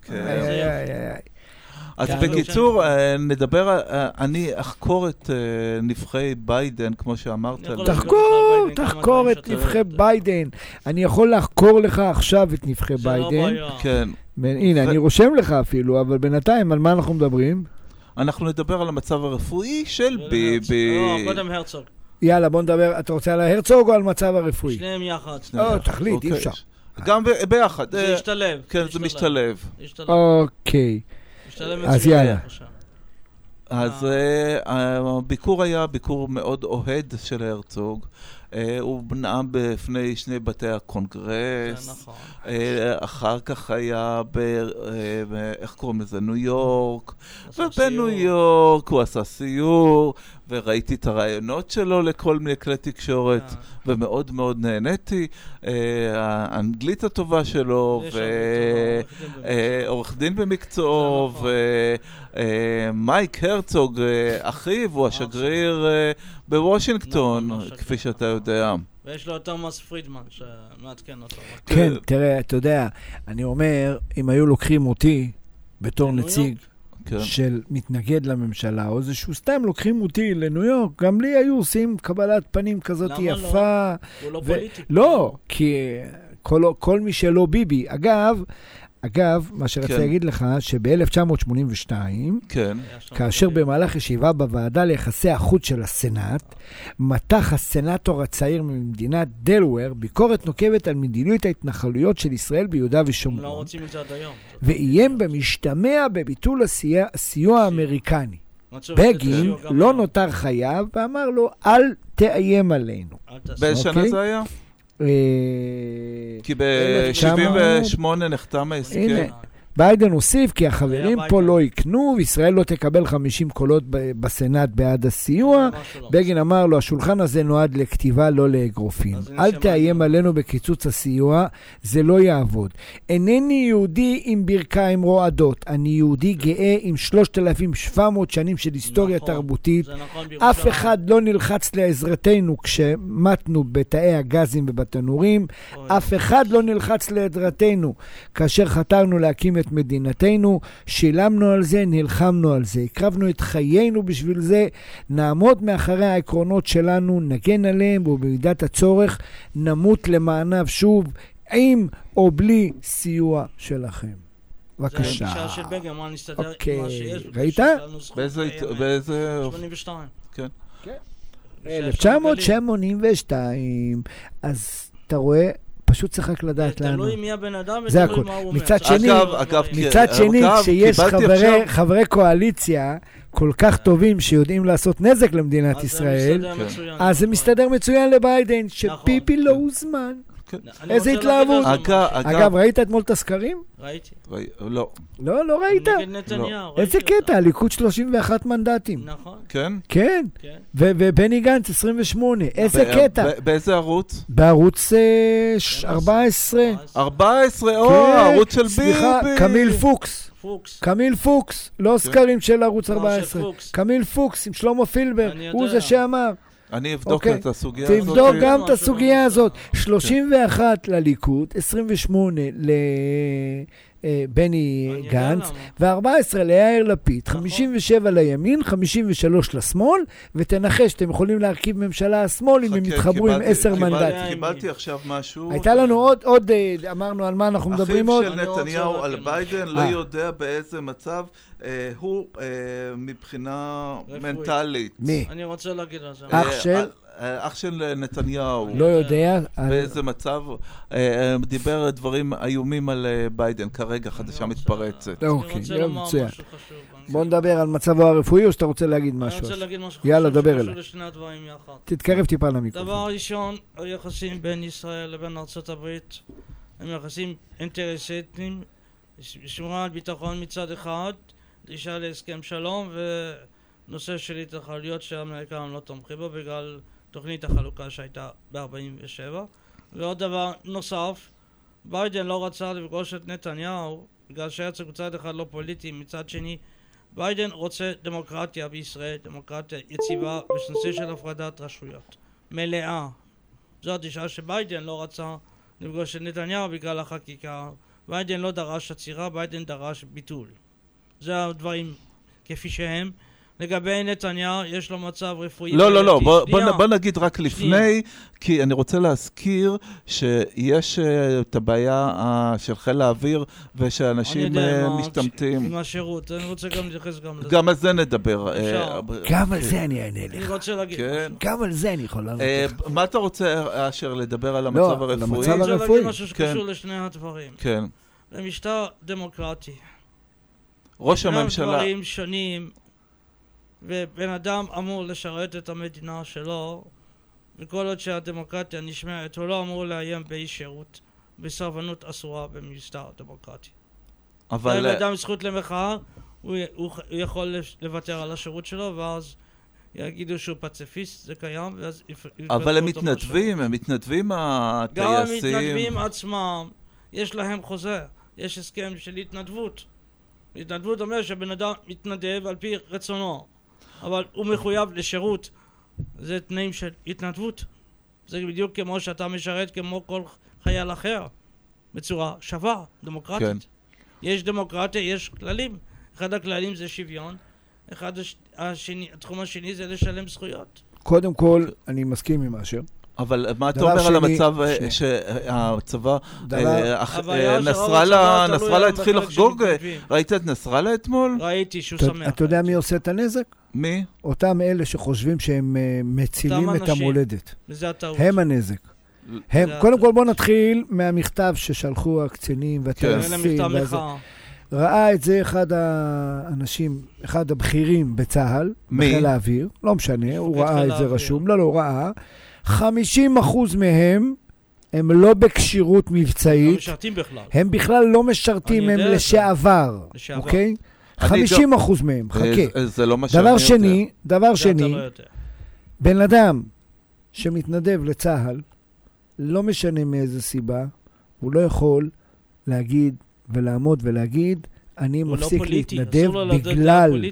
G: אז בקיצור, נדבר, אני אחקור את נבחרי ביידן, כמו שאמרת.
F: תחקור, תחקור את נבחרי ביידן. אני יכול לחקור לך עכשיו את נבחרי ביידן.
G: כן.
F: הנה, אני רושם לך אפילו, אבל בינתיים, על מה אנחנו מדברים?
G: אנחנו נדבר על המצב הרפואי של ביבי.
H: לא, קודם הרצוג.
F: יאללה, בוא נדבר. אתה רוצה על ההרצוג או על מצב הרפואי?
H: שניהם יחד.
F: או, תחליט, אי אפשר.
G: גם ביחד.
H: זה משתלב.
G: כן, זה משתלב.
F: אוקיי. אז יאללה.
G: אז הביקור היה ביקור מאוד אוהד של הרצוג. הוא נאם בפני שני בתי הקונגרס, אחר כך היה, איך קוראים לזה, ניו יורק, ובניו יורק הוא עשה סיור, וראיתי את הרעיונות שלו לכל מיני כלי תקשורת, ומאוד מאוד נהניתי, האנגלית הטובה שלו, ועורך דין במקצועו, ומייק הרצוג, אחיו, הוא השגריר בוושינגטון, כפי שאתה יודע.
H: ויש לו תומאס פרידמן שמעדכן אותו.
F: כן, תראה, אתה יודע, אני אומר, אם היו לוקחים אותי בתור נציג של מתנגד לממשלה, או איזשהו סתם לוקחים אותי לניו יורק, גם לי היו עושים קבלת פנים כזאת יפה.
H: הוא לא פוליטי.
F: לא, כי כל מי שלא ביבי, אגב, אגב, מה שרציתי להגיד לך, שב-אלף תשע מאות שמונים ושתיים, כאשר במהלך ישיבה בוועדה ליחסי החוץ של הסנאט, מתח הסנאטור הצעיר ממדינת דלוור ביקורת נוקבת על מדיניות ההתנחלויות של ישראל ביהודה ושומרון.
H: לא רוצים את זה עד היום.
F: ואיים במשתמע בביטול הסיוע האמריקני. בגין לא נותר חייב ואמר לו, אל תאיים עלינו.
G: באיזה שנה זה היה? כי ב-שבעים ושמונה נחתם ההסכם.
F: ביידן הוסיף כי החברים פה לא יקנו, וישראל לא תקבל חמישים קולות בסנאט בעד הסיוע. בגין אמר לו, השולחן הזה נועד לכתיבה, לא לאגרופים. אל תאיים עלינו בקיצוץ הסיוע, זה לא יעבוד. אינני יהודי עם ברכיים רועדות, אני יהודי גאה עם שלושת אלפים ושבע מאות שנים של היסטוריה תרבותית. אף אחד לא נלחץ לעזרתנו כשמתנו בתאי הגזים ובתנורים. אף אחד לא נלחץ לעזרתנו כאשר חתרנו להקים את מדינתנו, שילמנו על זה, נלחמנו על זה, הקרבנו את חיינו בשביל זה, נעמוד מאחורי העקרונות שלנו, נגן עליהם, ובמידת הצורך נמות למענב שוב, עם או בלי סיוע שלכם. בבקשה.
H: זה הגישה של בגין, מה נסתדר עם מה שיש.
F: ראית?
G: באיזה...
H: שמונים ושתיים.
G: כן.
F: אלף תשע מאות שמונים ושתיים. אז אתה רואה... פשוט צריך רק לדעת לנו.
H: תלוי מי הבן אדם
F: ותלוי
H: מה הוא אומר.
F: מצד שני, מצד שני, כשיש חברי קואליציה כל כך טובים שיודעים לעשות נזק למדינת ישראל, אז זה מסתדר מצוין לביידן, שביבי לא הוזמן. איזה התלהבות. אגב, ראית אתמול את הסקרים?
H: ראיתי.
G: לא.
F: לא, לא ראית? איזה קטע, הליכוד שלושים ואחת מנדטים.
H: נכון.
G: כן?
F: כן. ובני גנץ עשרים ושמונה. איזה קטע.
G: באיזה ערוץ?
F: בערוץ ארבע עשרה.
G: ארבע עשרה, או, ערוץ של ביבי.
F: סליחה, קמיל פוקס. קמיל פוקס, לא סקרים של ערוץ ארבע עשרה. קמיל פוקס עם שלמה פילבר, הוא זה שאמר.
G: אני אבדוק את הסוגיה הזאת.
F: תבדוק גם את הסוגיה הזאת. שלושים ואחת לליכוד, עשרים ושמונה לבני גנץ, ו-ארבע עשרה ליאיר לפיד, חמישים ושבע לימין, חמישים ושלוש לשמאל, ותנחש, אתם יכולים להרכיב ממשלה השמאל אם הם יתחברו עם עשר מנדטים.
G: קיבלתי עכשיו משהו.
F: הייתה לנו עוד, אמרנו על מה אנחנו מדברים עוד.
G: אחיו של נתניהו על ביידן לא יודע באיזה מצב הוא מבחינה מנטלית.
F: מי?
H: אני רוצה להגיד על זה.
F: אח של?
G: אח של נתניהו.
F: לא יודע.
G: באיזה מצב דיבר דברים איומים על ביידן, כרגע חדשה מתפרצת.
F: אוקיי, מצוין. בוא נדבר על מצבו הרפואי, או שאתה רוצה להגיד משהו?
H: אני רוצה להגיד משהו.
F: יאללה, דבר אליי.
H: לשני הדברים יחד.
F: תתקרב טיפה למיקרופון.
H: דבר ראשון, היחסים בין ישראל לבין ארצות הברית הם יחסים אינטרסטיים, שמירה על ביטחון מצד אחד, דרישה להסכם שלום ונושא של התנחלויות שהאמריקאים לא תומכים בו בגלל תוכנית החלוקה שהייתה ב-ארבעים ושבע. ועוד דבר נוסף, ביידן לא רצה לפגוש את נתניהו בגלל שהרצוג מצד אחד לא פוליטי, מצד שני ביידן רוצה דמוקרטיה בישראל, דמוקרטיה יציבה בנושא של הפרדת רשויות מלאה. זו הדרישה שביידן לא רצה לפגוש את נתניהו בגלל החקיקה. ביידן לא דרש עצירה, ביידן דרש ביטול. זה הדברים כפי שהם. לגבי נתניהו, יש לו מצב רפואי.
G: לא, לא, לא, בוא, בוא, בוא נגיד רק לפני, כי אני רוצה להזכיר שיש את הבעיה של חיל האוויר, ושאנשים משתמטים.
H: עם השירות, אני רוצה גם להתייחס גם לזה.
G: גם על זה נדבר.
F: גם על זה אני אענה לך.
H: אני רוצה להגיד.
F: גם על זה אני יכול לענות לך.
G: מה אתה רוצה, אשר, לדבר על המצב הרפואי?
F: לא, על המצב הרפואי.
H: אני רוצה להגיד משהו שקשור לשני הדברים.
G: כן.
H: במשטר דמוקרטי.
G: ראש הממשלה.
H: דברים שונים, ובן אדם אמור לשרת את המדינה שלו, וכל עוד שהדמוקרטיה נשמעת, הוא לא אמור לאיים באי שירות, בסרבנות אסורה במשטר דמוקרטי. אבל... בן אדם זכות למחאה, הוא, הוא, הוא יכול לוותר על השירות שלו, ואז יגידו שהוא פציפיסט, זה קיים, ואז...
G: אבל הם מתנדבים, הם מתנדבים הטייסים.
H: גם המתנדבים עצמם, יש להם חוזה, יש הסכם של התנדבות. התנדבות אומר שבן אדם מתנדב על פי רצונו, אבל הוא מחויב לשירות. זה תנאים של התנדבות. זה בדיוק כמו שאתה משרת כמו כל חייל אחר, בצורה שווה, דמוקרטית. כן. יש דמוקרטיה, יש כללים. אחד הכללים זה שוויון, אחד השני, התחום השני זה לשלם זכויות.
F: קודם כל, אני מסכים עם אשר.
G: אבל מה אתה אומר על המצב שהצבא, נסראללה, נסראללה התחיל לחגוג, ראית את נסראללה אתמול?
H: ראיתי שהוא שמח.
F: אתה יודע מי עושה את הנזק?
G: מי?
F: אותם אלה שחושבים שהם מצילים את המולדת.
H: וזה הטעות.
F: הם הנזק. קודם כל בוא נתחיל מהמכתב ששלחו הקצינים והטייסים. ראה את זה אחד האנשים, אחד הבכירים בצה"ל, בחיל האוויר, לא משנה, הוא ראה את זה רשום, לא, לא, ראה. חמישים אחוז מהם הם לא בקשירות מבצעית.
H: לא משרתים בכלל.
F: הם בכלל לא משרתים, הם לשעבר. אוקיי? חמישים אחוז מהם, חכה.
G: זה לא מה שאני
F: דבר שני, דבר שני, בן אדם שמתנדב לצה"ל, לא משנה מאיזה סיבה, הוא לא יכול להגיד ולעמוד ולהגיד, אני מפסיק להתנדב בגלל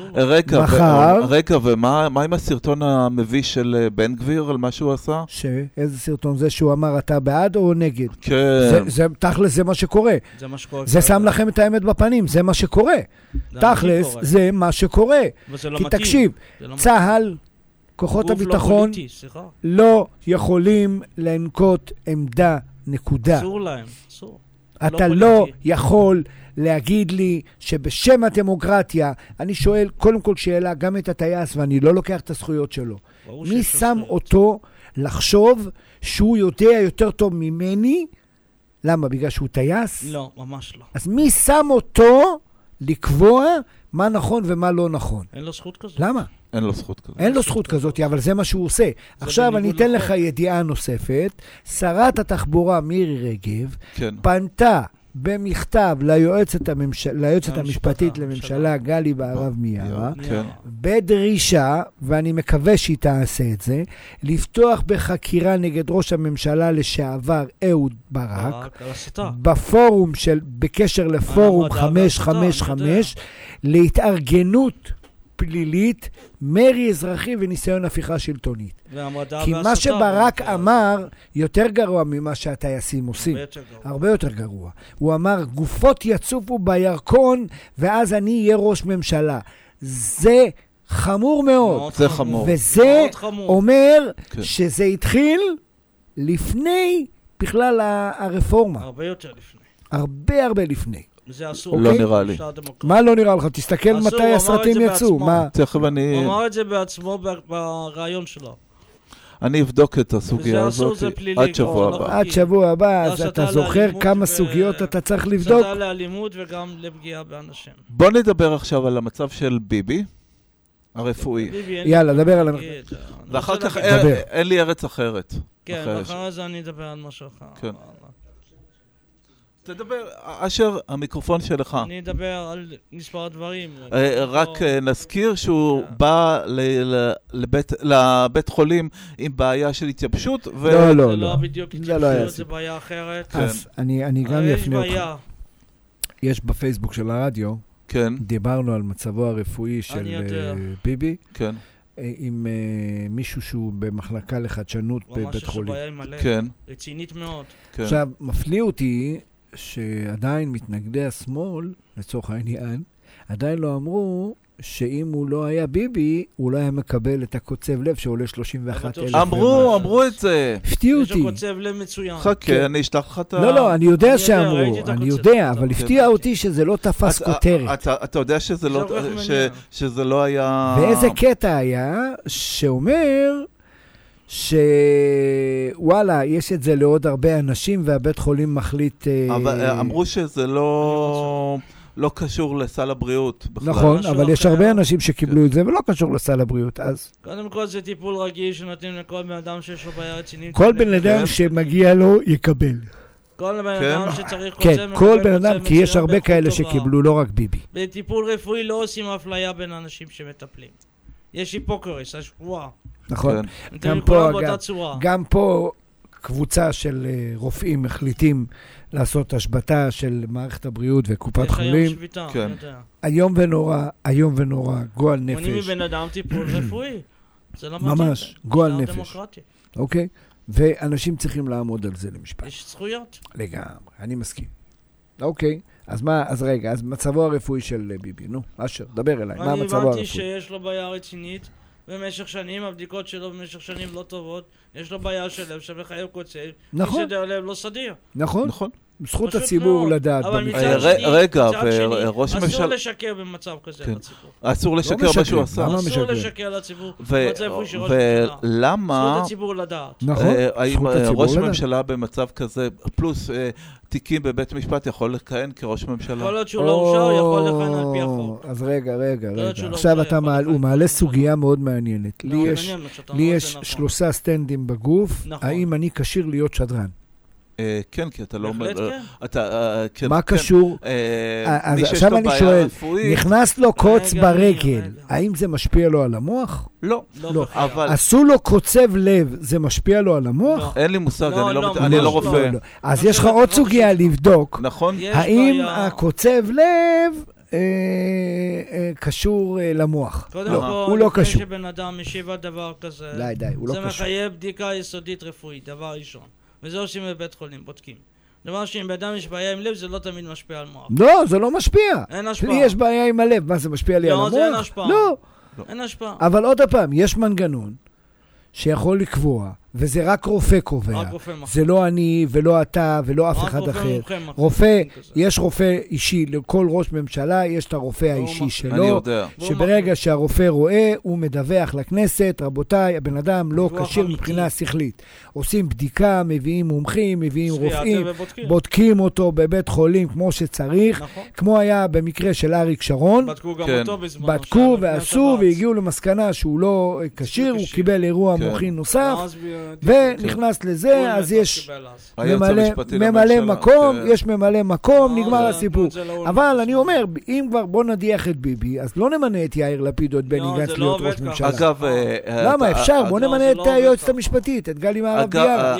G: מחר. רגע, ומה עם הסרטון המביש של בן גביר על מה שהוא עשה?
F: שאיזה סרטון? זה שהוא אמר אתה בעד או נגד?
G: כן.
F: תכלס זה מה שקורה.
H: זה מה שקורה.
F: זה שם לכם את האמת בפנים, זה מה שקורה. תכלס זה מה שקורה. כי תקשיב, צה"ל, כוחות הביטחון לא יכולים לנקוט עמדה, נקודה.
H: אסור להם, אסור.
F: אתה לא יכול להגיד לי שבשם הדמוקרטיה, אני שואל קודם כל שאלה גם את הטייס, ואני לא לוקח את הזכויות שלו. מי שם אותו לחשוב שהוא יודע יותר טוב ממני? למה? בגלל שהוא טייס?
H: לא, ממש לא.
F: אז מי שם אותו לקבוע מה נכון ומה לא נכון?
H: אין לו זכות כזאת.
F: למה?
G: אין לו זכות כזאת.
F: אין לו זכות כזאת, אבל זה מה שהוא עושה. עכשיו אני אתן לך ידיעה נוספת. שרת התחבורה מירי רגב פנתה במכתב ליועצת, הממשל... ליועצת המשפטית לממשלה גלי בהרב מיארה, בדרישה, ואני מקווה שהיא תעשה את זה, לפתוח בחקירה נגד ראש הממשלה לשעבר אהוד ברק, בפורום של, בקשר לפורום חמש חמש חמש, להתארגנות פלילית, מרי אזרחי וניסיון הפיכה שלטונית. כי מה שברק אמר יותר גרוע ממה שהטייסים עושים. הרבה יותר גרוע. הוא אמר, גופות יצופו בירקון, ואז אני אהיה ראש ממשלה. זה חמור מאוד.
G: זה חמור.
F: וזה אומר שזה התחיל לפני בכלל הרפורמה.
H: הרבה יותר לפני.
F: הרבה הרבה לפני.
H: זה אסור.
G: לא נראה לי.
F: מה לא נראה לך? תסתכל מתי הסרטים יצאו.
G: תכף אני...
H: הוא אמר את זה בעצמו ברעיון שלו.
G: אני אבדוק את הסוגיה הזאת עד שבוע הבא.
F: עד שבוע הבא, אז אתה זוכר כמה סוגיות אתה צריך לבדוק?
H: סתה לאלימות וגם לפגיעה באנשים.
G: בוא נדבר עכשיו על המצב של ביבי, הרפואי.
F: יאללה, דבר על המרכז.
G: ואחר כך אין לי ארץ אחרת.
H: כן, אחרי זה אני אדבר על משהו אחר.
G: כן. תדבר, אשר, המיקרופון שלך.
H: אני אדבר על מספר דברים.
G: רק נזכיר שהוא בא לבית חולים עם בעיה של התייבשות.
F: לא, לא, לא.
H: זה לא בדיוק התייבשות, זה בעיה אחרת.
F: אז אני גם יפנה אותך. יש בפייסבוק של הרדיו, דיברנו על מצבו הרפואי של ביבי.
G: כן.
F: עם מישהו שהוא במחלקה לחדשנות בבית חולים.
H: ממש יש בעיה מלא.
G: כן.
H: רצינית מאוד.
F: עכשיו, מפליא אותי שעדיין מתנגדי השמאל, לצורך העניין, עדיין לא אמרו שאם הוא לא היה ביבי, הוא לא היה מקבל את הקוצב לב שעולה שלושים ואחת אלף.
G: אמרו, אמרו את זה.
F: הפתיעו אותי.
H: יש לו קוצב לב מצוין.
G: חכה, אני אשלח לך את ה...
F: לא, לא, אני יודע שאמרו, אני יודע, אבל הפתיע אותי שזה לא תפס כותרת.
G: אתה יודע שזה לא היה...
F: ואיזה קטע היה שאומר... שוואלה, יש את זה לעוד הרבה אנשים, והבית חולים מחליט...
G: אבל אמרו שזה לא... לא קשור לסל הבריאות.
F: נכון, אבל יש הרבה אנשים שקיבלו את זה, ולא קשור לסל הבריאות, אז...
H: קודם כל זה טיפול רגיל שנותנים לכל בן אדם שיש לו בעיה רצינית.
F: כל בן אדם שמגיע לו יקבל.
H: כל בן אדם שצריך קוצב...
F: כן, כל בן אדם, כי יש הרבה כאלה שקיבלו, לא רק ביבי.
H: בטיפול רפואי לא עושים אפליה בין אנשים שמטפלים. יש היפוקריס, השבועה.
F: נכון. גם פה, גם פה קבוצה של רופאים מחליטים לעשות השבתה של מערכת הבריאות וקופת חולים.
G: כן.
F: היום ונורא, היום ונורא, גועל נפש.
H: מונים מבן אדם טיפול רפואי. זה לא מתאים.
F: ממש, גועל נפש. אוקיי? ואנשים צריכים לעמוד על זה למשפט.
H: יש זכויות.
F: לגמרי, אני מסכים. אוקיי, אז מה, אז רגע, אז מצבו הרפואי של ביבי, נו, אשר, דבר אליי, מה מצבו הרפואי?
H: אני הבנתי שיש לו בעיה רצינית, במשך שנים, הבדיקות שלו במשך שנים לא טובות, יש לו בעיה של לב, שמחייב קוצב,
F: נכון.
H: מסדר לב לא סדיר.
F: נכון, נכון. זכות הציבור לדעת.
H: אבל מצד שני,
G: רגע, וראש ממשלה...
H: אסור לשקר במצב כזה לציבור.
G: אסור לשקר מה שהוא עשה.
H: אסור לשקר לציבור.
G: ולמה...
H: זכות הציבור לדעת.
F: נכון,
G: האם ראש ממשלה במצב כזה, פלוס תיקים בבית משפט, יכול לכהן כראש ממשלה?
H: כל עוד שהוא לא אושר, יכול לכהן על פי החוק.
F: אז רגע, רגע, רגע. עכשיו אתה מעלה סוגיה מאוד מעניינת. לי יש שלושה סטנדים בגוף, האם אני כשיר להיות שדרן?
G: כן, כי אתה לא...
H: בהחלט
G: כן.
F: מה קשור? אז עכשיו אני שואל, נכנס לו קוץ ברגל, האם זה משפיע לו על המוח?
G: לא.
F: עשו לו קוצב לב, זה משפיע לו על המוח?
G: אין לי מושג, אני לא רופא.
F: אז יש לך עוד סוגיה לבדוק,
G: נכון?
F: האם הקוצב לב... קשור למוח.
H: קודם כל, לפני שבן אדם משיב על דבר כזה, זה מחייב בדיקה יסודית רפואית, דבר ראשון. וזה עושים בבית חולים, בודקים. דבר שאם באדם יש בעיה עם לב, זה לא תמיד משפיע על מוח.
F: לא, זה לא משפיע.
H: אין השפעה.
F: לי יש בעיה עם הלב, מה זה משפיע לי על המוח?
H: לא, זה אין השפעה.
F: לא.
H: אין השפעה.
F: אבל עוד פעם, יש מנגנון שיכול לקבוע, וזה רק רופא קובע. זה לא אני ולא אתה ולא אף אחד אחר. רופא, יש רופא אישי, לכל ראש ממשלה יש את הרופא האישי שלו, שברגע שהרופא רואה, הוא מדווח לכנסת, רבותיי, הבן אדם לא כשיר מבחינה שכלית. עושים בדיקה, מביאים מומחים, מביאים רופאים, בודקים אותו בבית חולים כמו שצריך, כמו היה במקרה של אריק שרון.
H: בדקו גם אותו בזמן.
F: בדקו ועשו והגיעו למסקנה שהוא לא כשיר, הוא קיבל אירוע מוחי נוסף. ונכנס לזה, אז יש ממלא מקום, יש ממלא מקום, נגמר הסיפור. אבל אני אומר, אם כבר בוא נדיח את ביבי, אז לא נמנה את יאיר לפיד או את בני גנץ להיות ראש ממשלה.
G: אגב,
F: למה? אפשר, בוא נמנה את היועצת המשפטית, את גלי מערב ביארה.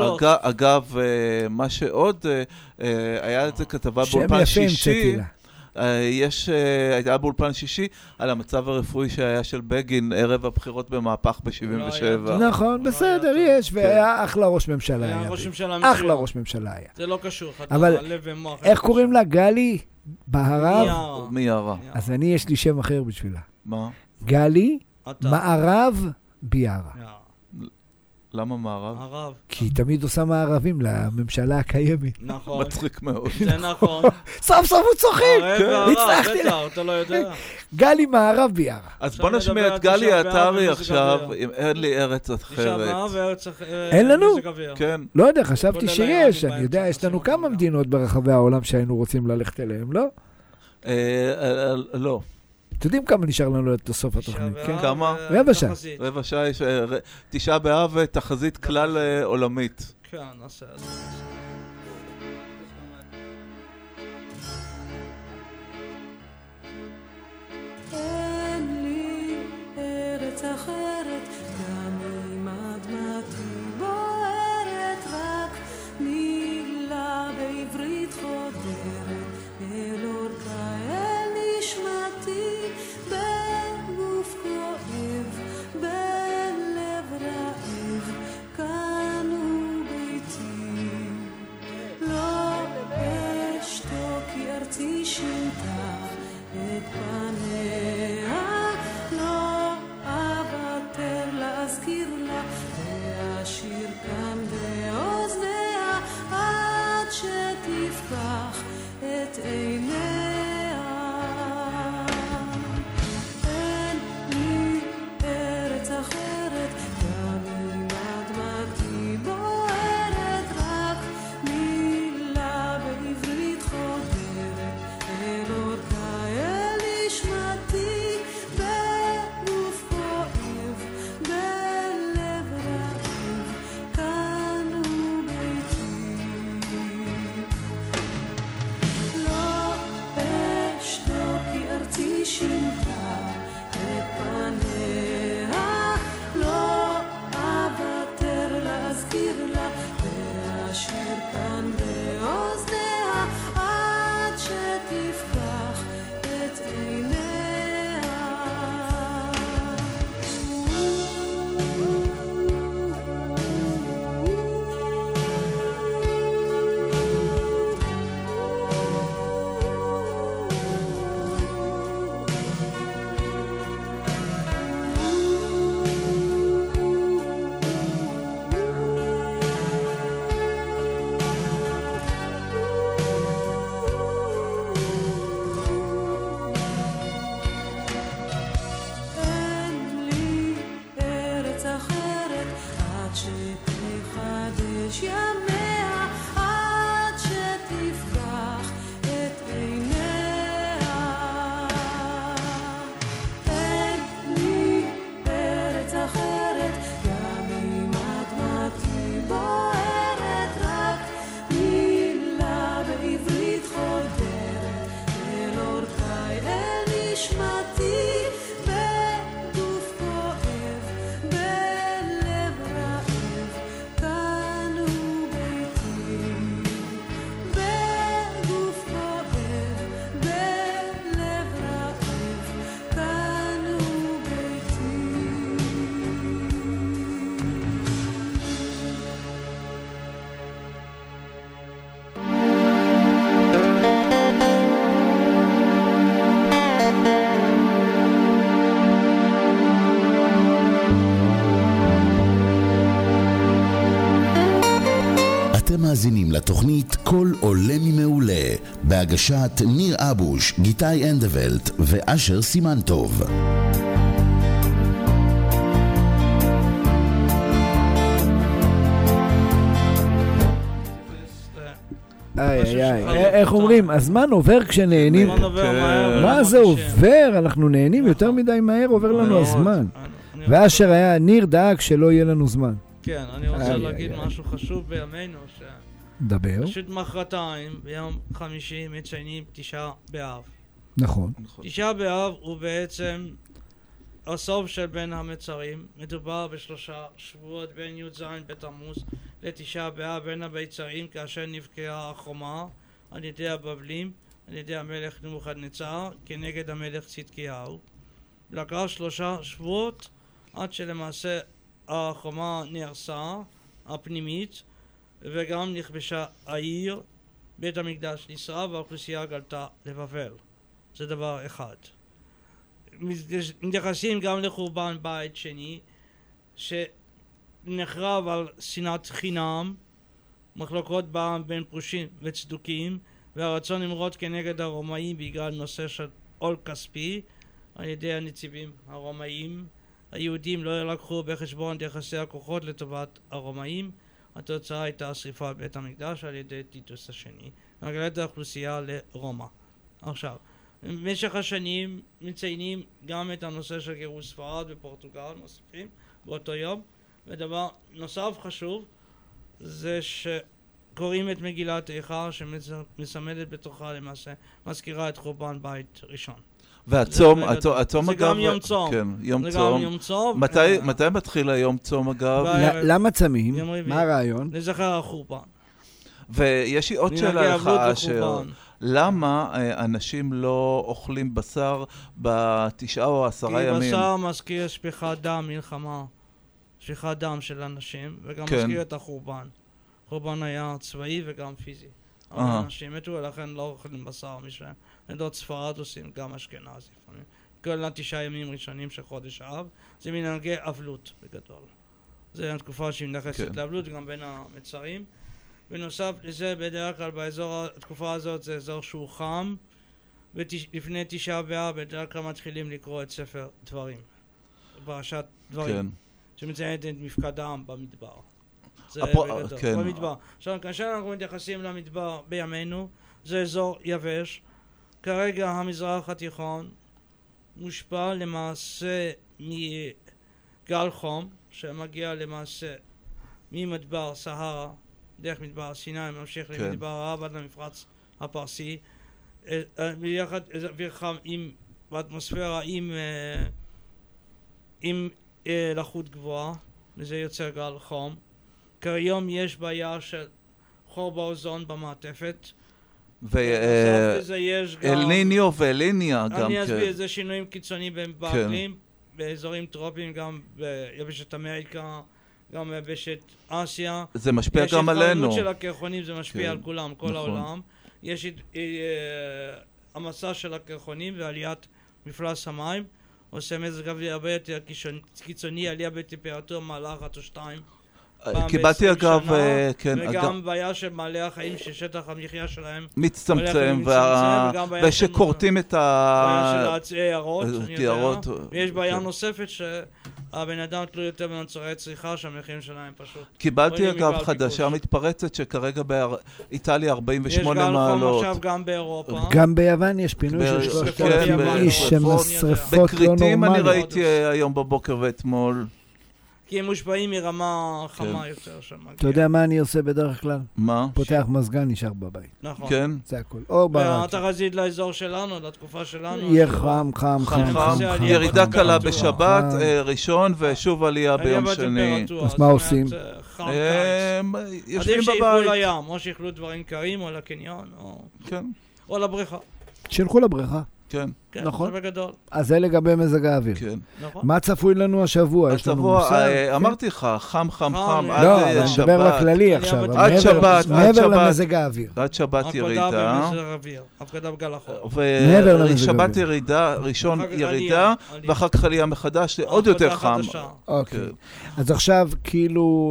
G: אגב, מה שעוד, היה את זה כתבה באולפן שישי, יש, הייתה באולפן שישי על המצב הרפואי שהיה של בגין ערב הבחירות במהפך ב-שבעים ושבע.
F: נכון, בסדר, יש, והיה אחלה ראש ממשלה היה.
H: היה ראש ממשלה מצוין.
F: אחלה ראש ממשלה היה.
H: זה לא קשור.
F: אבל איך קוראים לה? גלי? בהרב?
G: מיערה.
F: אז אני, יש לי שם אחר בשבילה.
G: מה?
F: גלי מערב ביערה.
G: למה מערב?
H: מערב.
F: כי היא תמיד עושה מערבים לממשלה הקיימת.
H: נכון.
G: מצחיק מאוד.
H: זה נכון.
F: סוף סוף הוא צוחק.
H: הצלחתי. בטח, אתה לא יודע.
F: גלי מערב ביערה.
G: אז בוא נשמיע את גלי עטרי עכשיו, אם אין לי ארץ אחרת.
F: אין לנו?
G: כן.
F: לא יודע, חשבתי שיש. אני יודע, יש לנו כמה מדינות ברחבי העולם שהיינו רוצים ללכת אליהם, לא?
G: לא.
F: אתם יודעים כמה נשאר לנו את סוף התוכנית, כן?
G: כמה?
F: רבע שעה.
G: רבע שעה, תשעה באב, תחזית כלל עולמית.
H: כן, נעשה את זה.
C: אין לי ארץ אחרת, גם אם אדמתי בוערת, רק מילה בעברית חודרת, אל אורכה אל נשמתי, בגוף כואב, בלב רעב, כאן הוא ביתי. לא אשתוק כי ארצי שינתה את פניה, לא אוותר להזכיר לה, להשאיר כאן באוזניה, עד שתפקח את עיניה. אין לי ארץ אחרת, גם אם אדמתי בוערת, רק מילה בעברית חודרת, אל אורכה אל נשמתי, בגוף כואב, בלב רעב, כאן הוא ביתי. לא אשתוק כי ארצי שינתה את פניה, לא אוותר להזכיר לה, להשאיר כאן באוזניה, עד שתפקח את עיניה. אין לי ארץ אחרת, עד שתחדש ימיה, עד שתפקח את עיניה. אין לי ארץ אחרת, גם אם אדמתי בוערת, רק מילה בעברית חודרת, אל אורכה אל נשמתי, בגוף כואב, בלב רעב, כאן הוא ביתי. בגוף כואב, בלב רעב, כאן הוא ביתי.
B: אתם מאזינים לתוכנית כל עולה ממעולה, בהגשת ניר אבוש, גיטאי אנדוולט ואשר סימן טוב.
F: איי איי איי, איך אומרים? הזמן עובר כשנהנים. מה זה עובר? אנחנו נהנים יותר מדי מהר, עובר לנו הזמן. ואשר היה, ניר דאג שלא יהיה לנו זמן.
H: כן, אני רוצה להגיד משהו חשוב בימינו,
F: דבר.
H: פשוט מחרתיים, ביום חמישי, מציינים תשעה באב.
F: נכון.
H: תשעה באב הוא בעצם הסוף של בין המצרים. מדובר בשלושה שבועות בין י"ז בתמוז לתשעה באב בין הביצרים, כאשר נבקעה החומה על ידי הבבלים, על ידי המלך נבוכדנצר כנגד המלך צדקיהו. לקח שלושה שבועות עד שלמעשה החומה נהרסה, הפנימית, וגם נכבשה העיר, בית המקדש נשרף והאוכלוסייה גלתה לבבל. זה דבר אחד. מתייחסים גם לחורבן בית שני, שנחרב על שנאת חינם, מחלוקות בעם בין פרושים וצדוקים, והרצון למרוד כנגד הרומאים בגלל נושא של עול כספי על ידי הנציבים הרומאים. היהודים לא לקחו בחשבון יחסי הכוחות לטובת הרומאים. התוצאה הייתה שריפה בית המקדש על ידי טיטוס השני, והגלת האוכלוסייה לרומא. עכשיו, במשך השנים מציינים גם את הנושא של גירוש ספרד ופורטוגל, נוספים באותו יום. ודבר נוסף חשוב זה שקוראים את מגילת איכה, שמסמלת בתוכה למעשה, מזכירה את חורבן בית ראשון.
G: והצום, הצום אגב...
H: זה גם יום צום.
G: כן, יום
H: זה
G: צום.
H: גם יום צום.
G: מתי, מתי מתחיל היום צום אגב?
F: למה צמים? מה הרעיון?
H: לזכר החורבן.
G: ויש לי עוד שאלה לך, אשר. למה אנשים לא אוכלים בשר בתשעה או עשרה ימים?
H: כי בשר מזכיר שפיכת דם, מלחמה. שפיכת דם של אנשים, וגם
G: כן.
H: מזכיר את החורבן. חורבן היה צבאי וגם פיזי. אבל אנשים מתו, ולכן לא אוכלים בשר משלהם. עדות ספרד עושים גם אשכנז. כל התשעה ימים ראשונים של חודש אב, זה מנהגי אבלות בגדול. זה התקופה שהיא מתייחסת
G: כן.
H: לאבלות, גם בין המצרים. בנוסף לזה, בדרך כלל באזור, התקופה הזאת זה אזור שהוא חם, ולפני תשעה באב בדרך כלל מתחילים לקרוא את ספר דברים. פרשת דברים.
G: כן.
H: שמציינת את מפקדם במדבר. זה
G: הפו...
H: בגדול,
G: כן.
H: במדבר. עכשיו, כאשר אנחנו מתייחסים למדבר בימינו, זה אזור יבש. כרגע המזרח התיכון מושפע למעשה מגל חום, שמגיע למעשה ממדבר סהרה, דרך מדבר סיני, ממשיך כן. למדבר ערב עד למפרץ הפרסי, ביחד אוויר חם עם, באטמוספירה עם, עם לחות גבוהה, וזה יוצר גל חום. כיום יש בעיה של חור באוזון במעטפת.
G: ואל ניניו ואליניה גם כן.
H: אני אסביר, זה שינויים קיצוניים באקלים, באזורים טרופיים, גם ביבשת אמריקה, גם ביבשת אסיה.
G: זה משפיע גם עלינו. יש התחממות של הקרחונים,
H: זה משפיע על כולם, כל העולם. יש המסע של הקרחונים ועליית מפלס המים, עושה מזג אוויר הרבה יותר קיצוני, עלייה בטמפרטורה מעלה אחת או שתיים.
G: קיבלתי אגב, כן,
H: וגם בעיה של מעלי החיים ששטח המחיה שלהם
G: מצטמצם, ושקורטים את
H: היערות, ויש בעיה נוספת שהבן אדם תלוי יותר במוצרי צריכה שהמחירים שלהם פשוט.
G: קיבלתי אגב חדשה מתפרצת שכרגע באיטליה ארבעים ושמונה מעלות.
H: יש גל חום עכשיו גם באירופה.
F: גם ביוון יש פינוי של שלושת אלפים איש שמשרפות לא נורמליות.
G: בקריטים אני ראיתי היום בבוקר ואתמול.
H: כי הם מושפעים מרמה חמה יותר שם.
F: אתה יודע מה אני עושה בדרך כלל?
G: מה?
F: פותח מזגן, נשאר בבית.
H: נכון.
G: כן.
F: זה הכל. או ברק.
H: והתחזית לאזור שלנו, לתקופה שלנו.
F: יהיה חם, חם, חם, חם.
G: ירידה קלה בשבת, ראשון, ושוב עלייה ביום שני.
F: אז מה עושים?
G: יושבים בבית.
H: עדיף שיכלו לים, או שיכלו דברים קרים, או לקניון, או לבריכה.
F: שילכו לבריכה.
G: כן.
F: נכון.
H: זה בגדול.
F: אז זה לגבי מזג האוויר.
G: כן.
H: נכון.
F: מה צפוי לנו השבוע?
G: השבוע, אמרתי לך, חם, חם, חם,
F: לא, אני מדבר בכללי עכשיו.
G: עד שבת,
F: מעבר למזג האוויר.
G: עד שבת ירידה.
H: הפקדה במזג האוויר, הפקדה בגל החור.
G: ושבת ירידה, ראשון ירידה, ואחר כך עלייה מחדש, עוד יותר חם.
F: אוקיי. אז עכשיו, כאילו,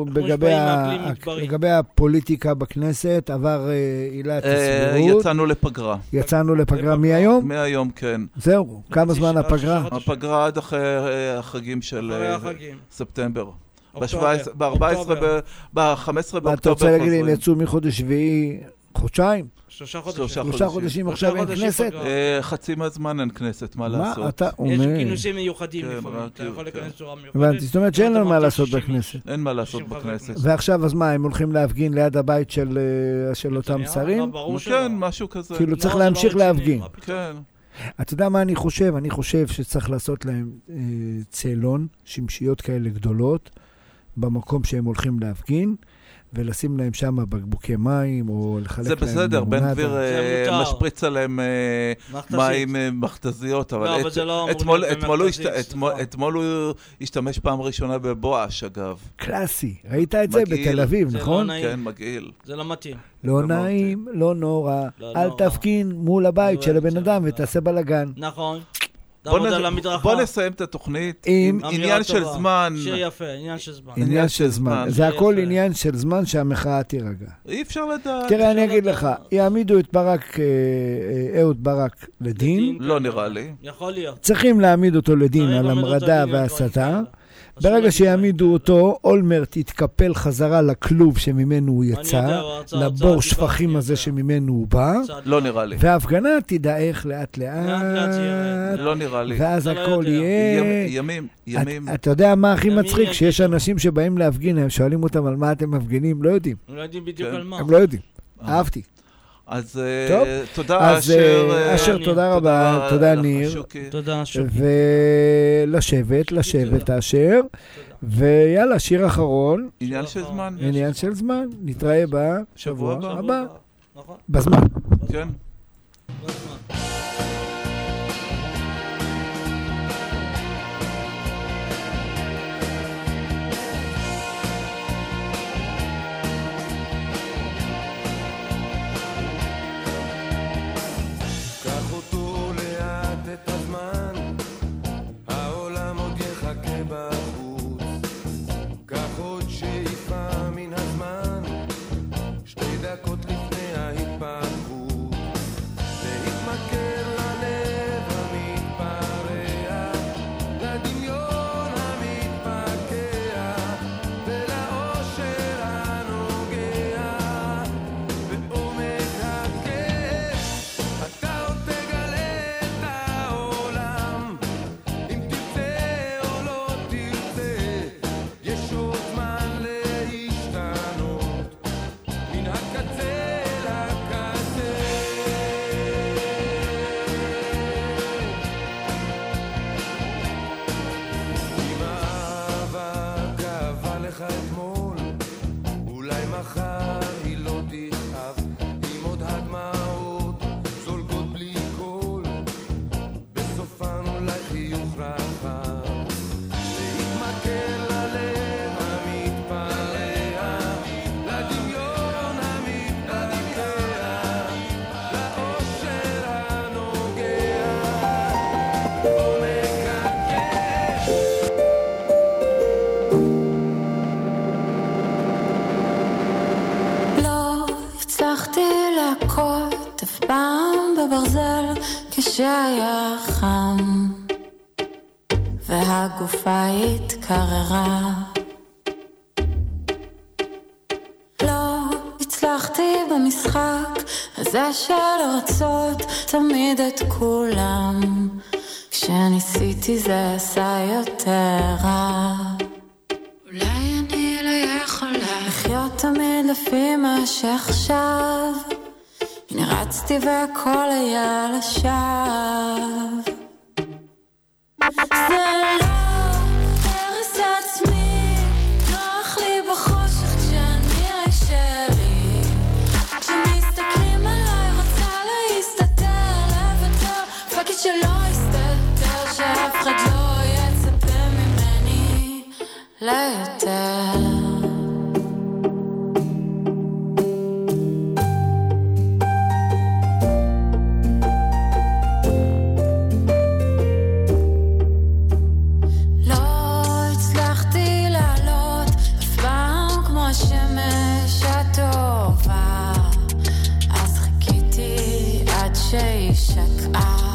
F: לגבי הפוליטיקה בכנסת, עבר עילת הסבירות.
G: יצאנו לפגרה.
F: יצאנו לפגרה מהיום?
G: מהיום, כן.
F: זהו, כמה זמן הפגרה?
G: הפגרה עד אחרי החגים של ספטמבר. ב-חמש עשרה באוקטובר.
F: אתה רוצה להגיד לי, יצאו מחודש שביעי חודשיים?
H: שלושה חודשים.
F: שלושה חודשים עכשיו אין כנסת?
G: חצי מהזמן אין כנסת, מה לעשות?
F: מה אתה אומר?
H: יש כינוסים מיוחדים לפעמים, אתה יכול לכנס צורה מיוחדת.
F: זאת אומרת שאין לנו מה לעשות בכנסת.
G: אין מה לעשות בכנסת.
F: ועכשיו אז מה, הם הולכים להפגין ליד הבית של אותם שרים?
G: כן, משהו כזה.
F: כאילו צריך להמשיך להפגין.
G: כן.
F: אתה יודע מה אני חושב? אני חושב שצריך לעשות להם צלון, שמשיות כאלה גדולות, במקום שהם הולכים להפגין, ולשים להם שם בקבוקי מים, או לחלק להם
G: לימונדה. זה בסדר, בן גביר משפריץ עליהם מים מכתזיות, אבל אתמול הוא השתמש פעם ראשונה בבואש, אגב.
F: קלאסי, ראית את זה בתל אביב, נכון?
G: כן, מגעיל.
H: זה לא מתאים.
F: לא נעים, לא נורא, אל תפגין מול הבית של הבן אדם ותעשה בלגן.
H: נכון.
G: בוא נסיים את התוכנית עם עניין של זמן.
H: שיפה, עניין של זמן.
F: עניין של זמן. זה הכל עניין של זמן שהמחאה תירגע.
G: אי אפשר לדעת.
F: תראה, אני אגיד לך, יעמידו את ברק, אהוד ברק לדין.
G: לא נראה לי.
H: יכול להיות.
F: צריכים להעמיד אותו לדין על המרדה והסתה. ברגע שיעמידו אותו, אולמרט יתקפל חזרה לכלוב שממנו הוא יצא, לבור שפחים הזה שממנו הוא בא.
G: לא נראה לי.
F: וההפגנה תדעך לאט לאט.
G: לא נראה לי.
F: ואז הכל יהיה...
G: ימים, ימים.
F: אתה יודע מה הכי מצחיק? שיש אנשים שבאים להפגין, הם שואלים אותם על מה אתם מפגינים, לא יודעים.
H: הם לא יודעים בדיוק על מה.
F: הם לא יודעים. אהבתי.
G: אז תודה אשר.
F: אשר, תודה רבה, תודה ניר.
H: תודה שוקי.
F: ולשבת, לשבת אשר. ויאללה, שיר אחרון.
G: עניין של זמן.
F: עניין של זמן. נתראה בשבוע הבא.
H: נכון.
F: בזמן.
G: כן.
H: בזמן.
D: כשהיה חם והגופה התקררה, לא הצלחתי במשחק הזה של רצות תמיד את כולם, כשניסיתי זה עשה יותר רע. אולי אני לא יכולה לחיות תמיד לפי מה שעכשיו, נרצתי והכל היה לשווא. זה לא הרס עצמי, נוח לי בחושך כשאני שלי, כשמסתכלים עליי רוצה להסתתר, לוותר, פאק את שלא הסתתר, שאף אחד לא יצפה ממני ליותר. שישקעה